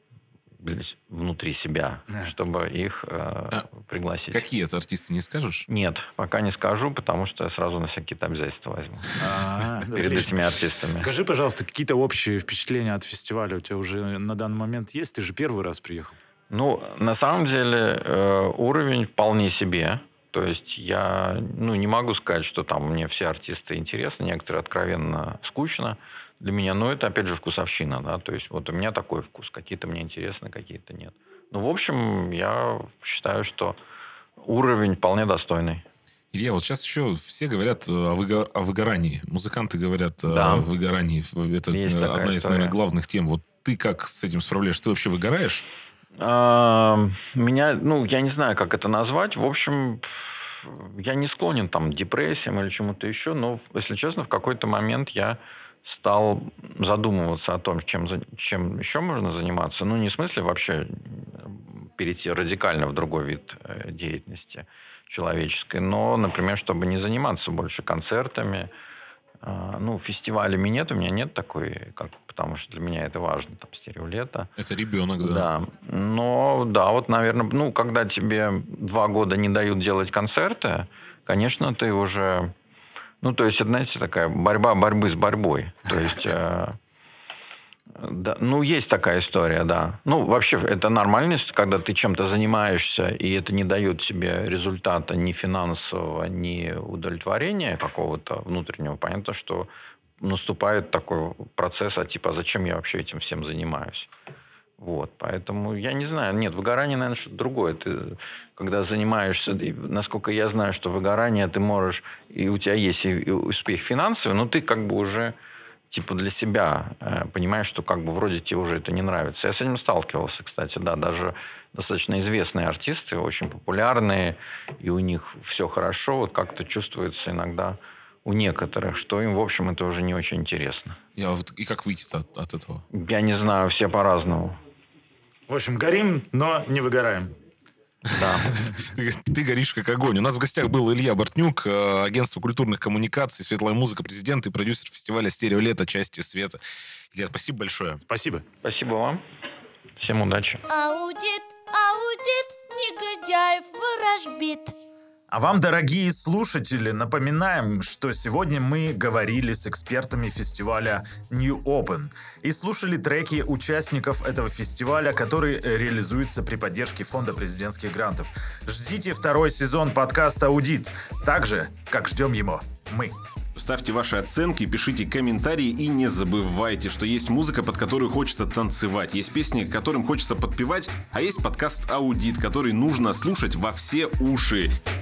внутри себя, чтобы их пригласить. Какие это артисты, не скажешь? Нет, пока не скажу, потому что я сразу на себя какие-то обязательства возьму перед этими артистами. Скажи, пожалуйста, какие-то общие впечатления от фестиваля у тебя уже на данный момент есть? Ты же первый раз приехал. Ну, на самом деле, уровень вполне себе. То есть я не могу сказать, что там мне все артисты интересны, некоторые откровенно скучно для меня. Но это, опять же, вкусовщина. Да? То есть вот у меня такой вкус. Какие-то мне интересны, какие-то нет. Ну, в общем, я считаю, что уровень вполне достойный. Илья, вот сейчас еще все говорят о выгорании. Музыканты говорят Да. о выгорании. Это Есть одна такая из, история. наверное, главных тем. Вот ты как с этим справляешься? Ты вообще выгораешь? Меня, я не знаю, как это назвать. В общем, я не склонен там к депрессиям или чему-то еще, но, если честно, в какой-то момент я стал задумываться о том, чем еще можно заниматься. Ну, не в смысле вообще перейти радикально в другой вид деятельности человеческой, но, например, чтобы не заниматься больше концертами. Фестивалями нет, у меня нет такой, потому что для меня это важно, там, стереолето. Это ребенок, да. Да. Но, да, вот, наверное, когда тебе 2 года не дают делать концерты, конечно, ты уже... то есть, это, знаете, такая борьба борьбы с борьбой. То есть... Да, есть такая история, да. Вообще, это нормальность, когда ты чем-то занимаешься, и это не дает тебе результата ни финансового, ни удовлетворения какого-то внутреннего. Понятно, что наступает такой процесс, а зачем я вообще этим всем занимаюсь? Вот, поэтому я не знаю. Нет, выгорание, наверное, что-то другое. Ты, когда занимаешься, насколько я знаю, что выгорание ты можешь, и у тебя есть и успех финансовый, но ты как бы уже... для себя понимаешь, что вроде тебе уже это не нравится. Я с этим сталкивался, кстати, да. Даже достаточно известные артисты, очень популярные, и у них все хорошо. Вот как-то чувствуется иногда у некоторых, что им, в общем, это уже не очень интересно. И как выйти от этого? Я не знаю, все по-разному. В общем, горим, но не выгораем. Да. Ты горишь как огонь. У нас в гостях был Илья Бортнюк, агентство культурных коммуникаций, «Светлая музыка», президент и продюсер фестиваля «Стереолето. Части света». Илья, спасибо большое. Спасибо. Спасибо вам. Всем удачи. Аудит, негодяев ворожбит. А вам, дорогие слушатели, напоминаем, что сегодня мы говорили с экспертами фестиваля New Open и слушали треки участников этого фестиваля, который реализуется при поддержке Фонда президентских грантов. Ждите 2-й сезон подкаста «Аудит», так же, как ждем его мы. Ставьте ваши оценки, пишите комментарии и не забывайте, что есть музыка, под которую хочется танцевать, есть песни, к которым хочется подпевать, а есть подкаст «Аудит», который нужно слушать во все уши.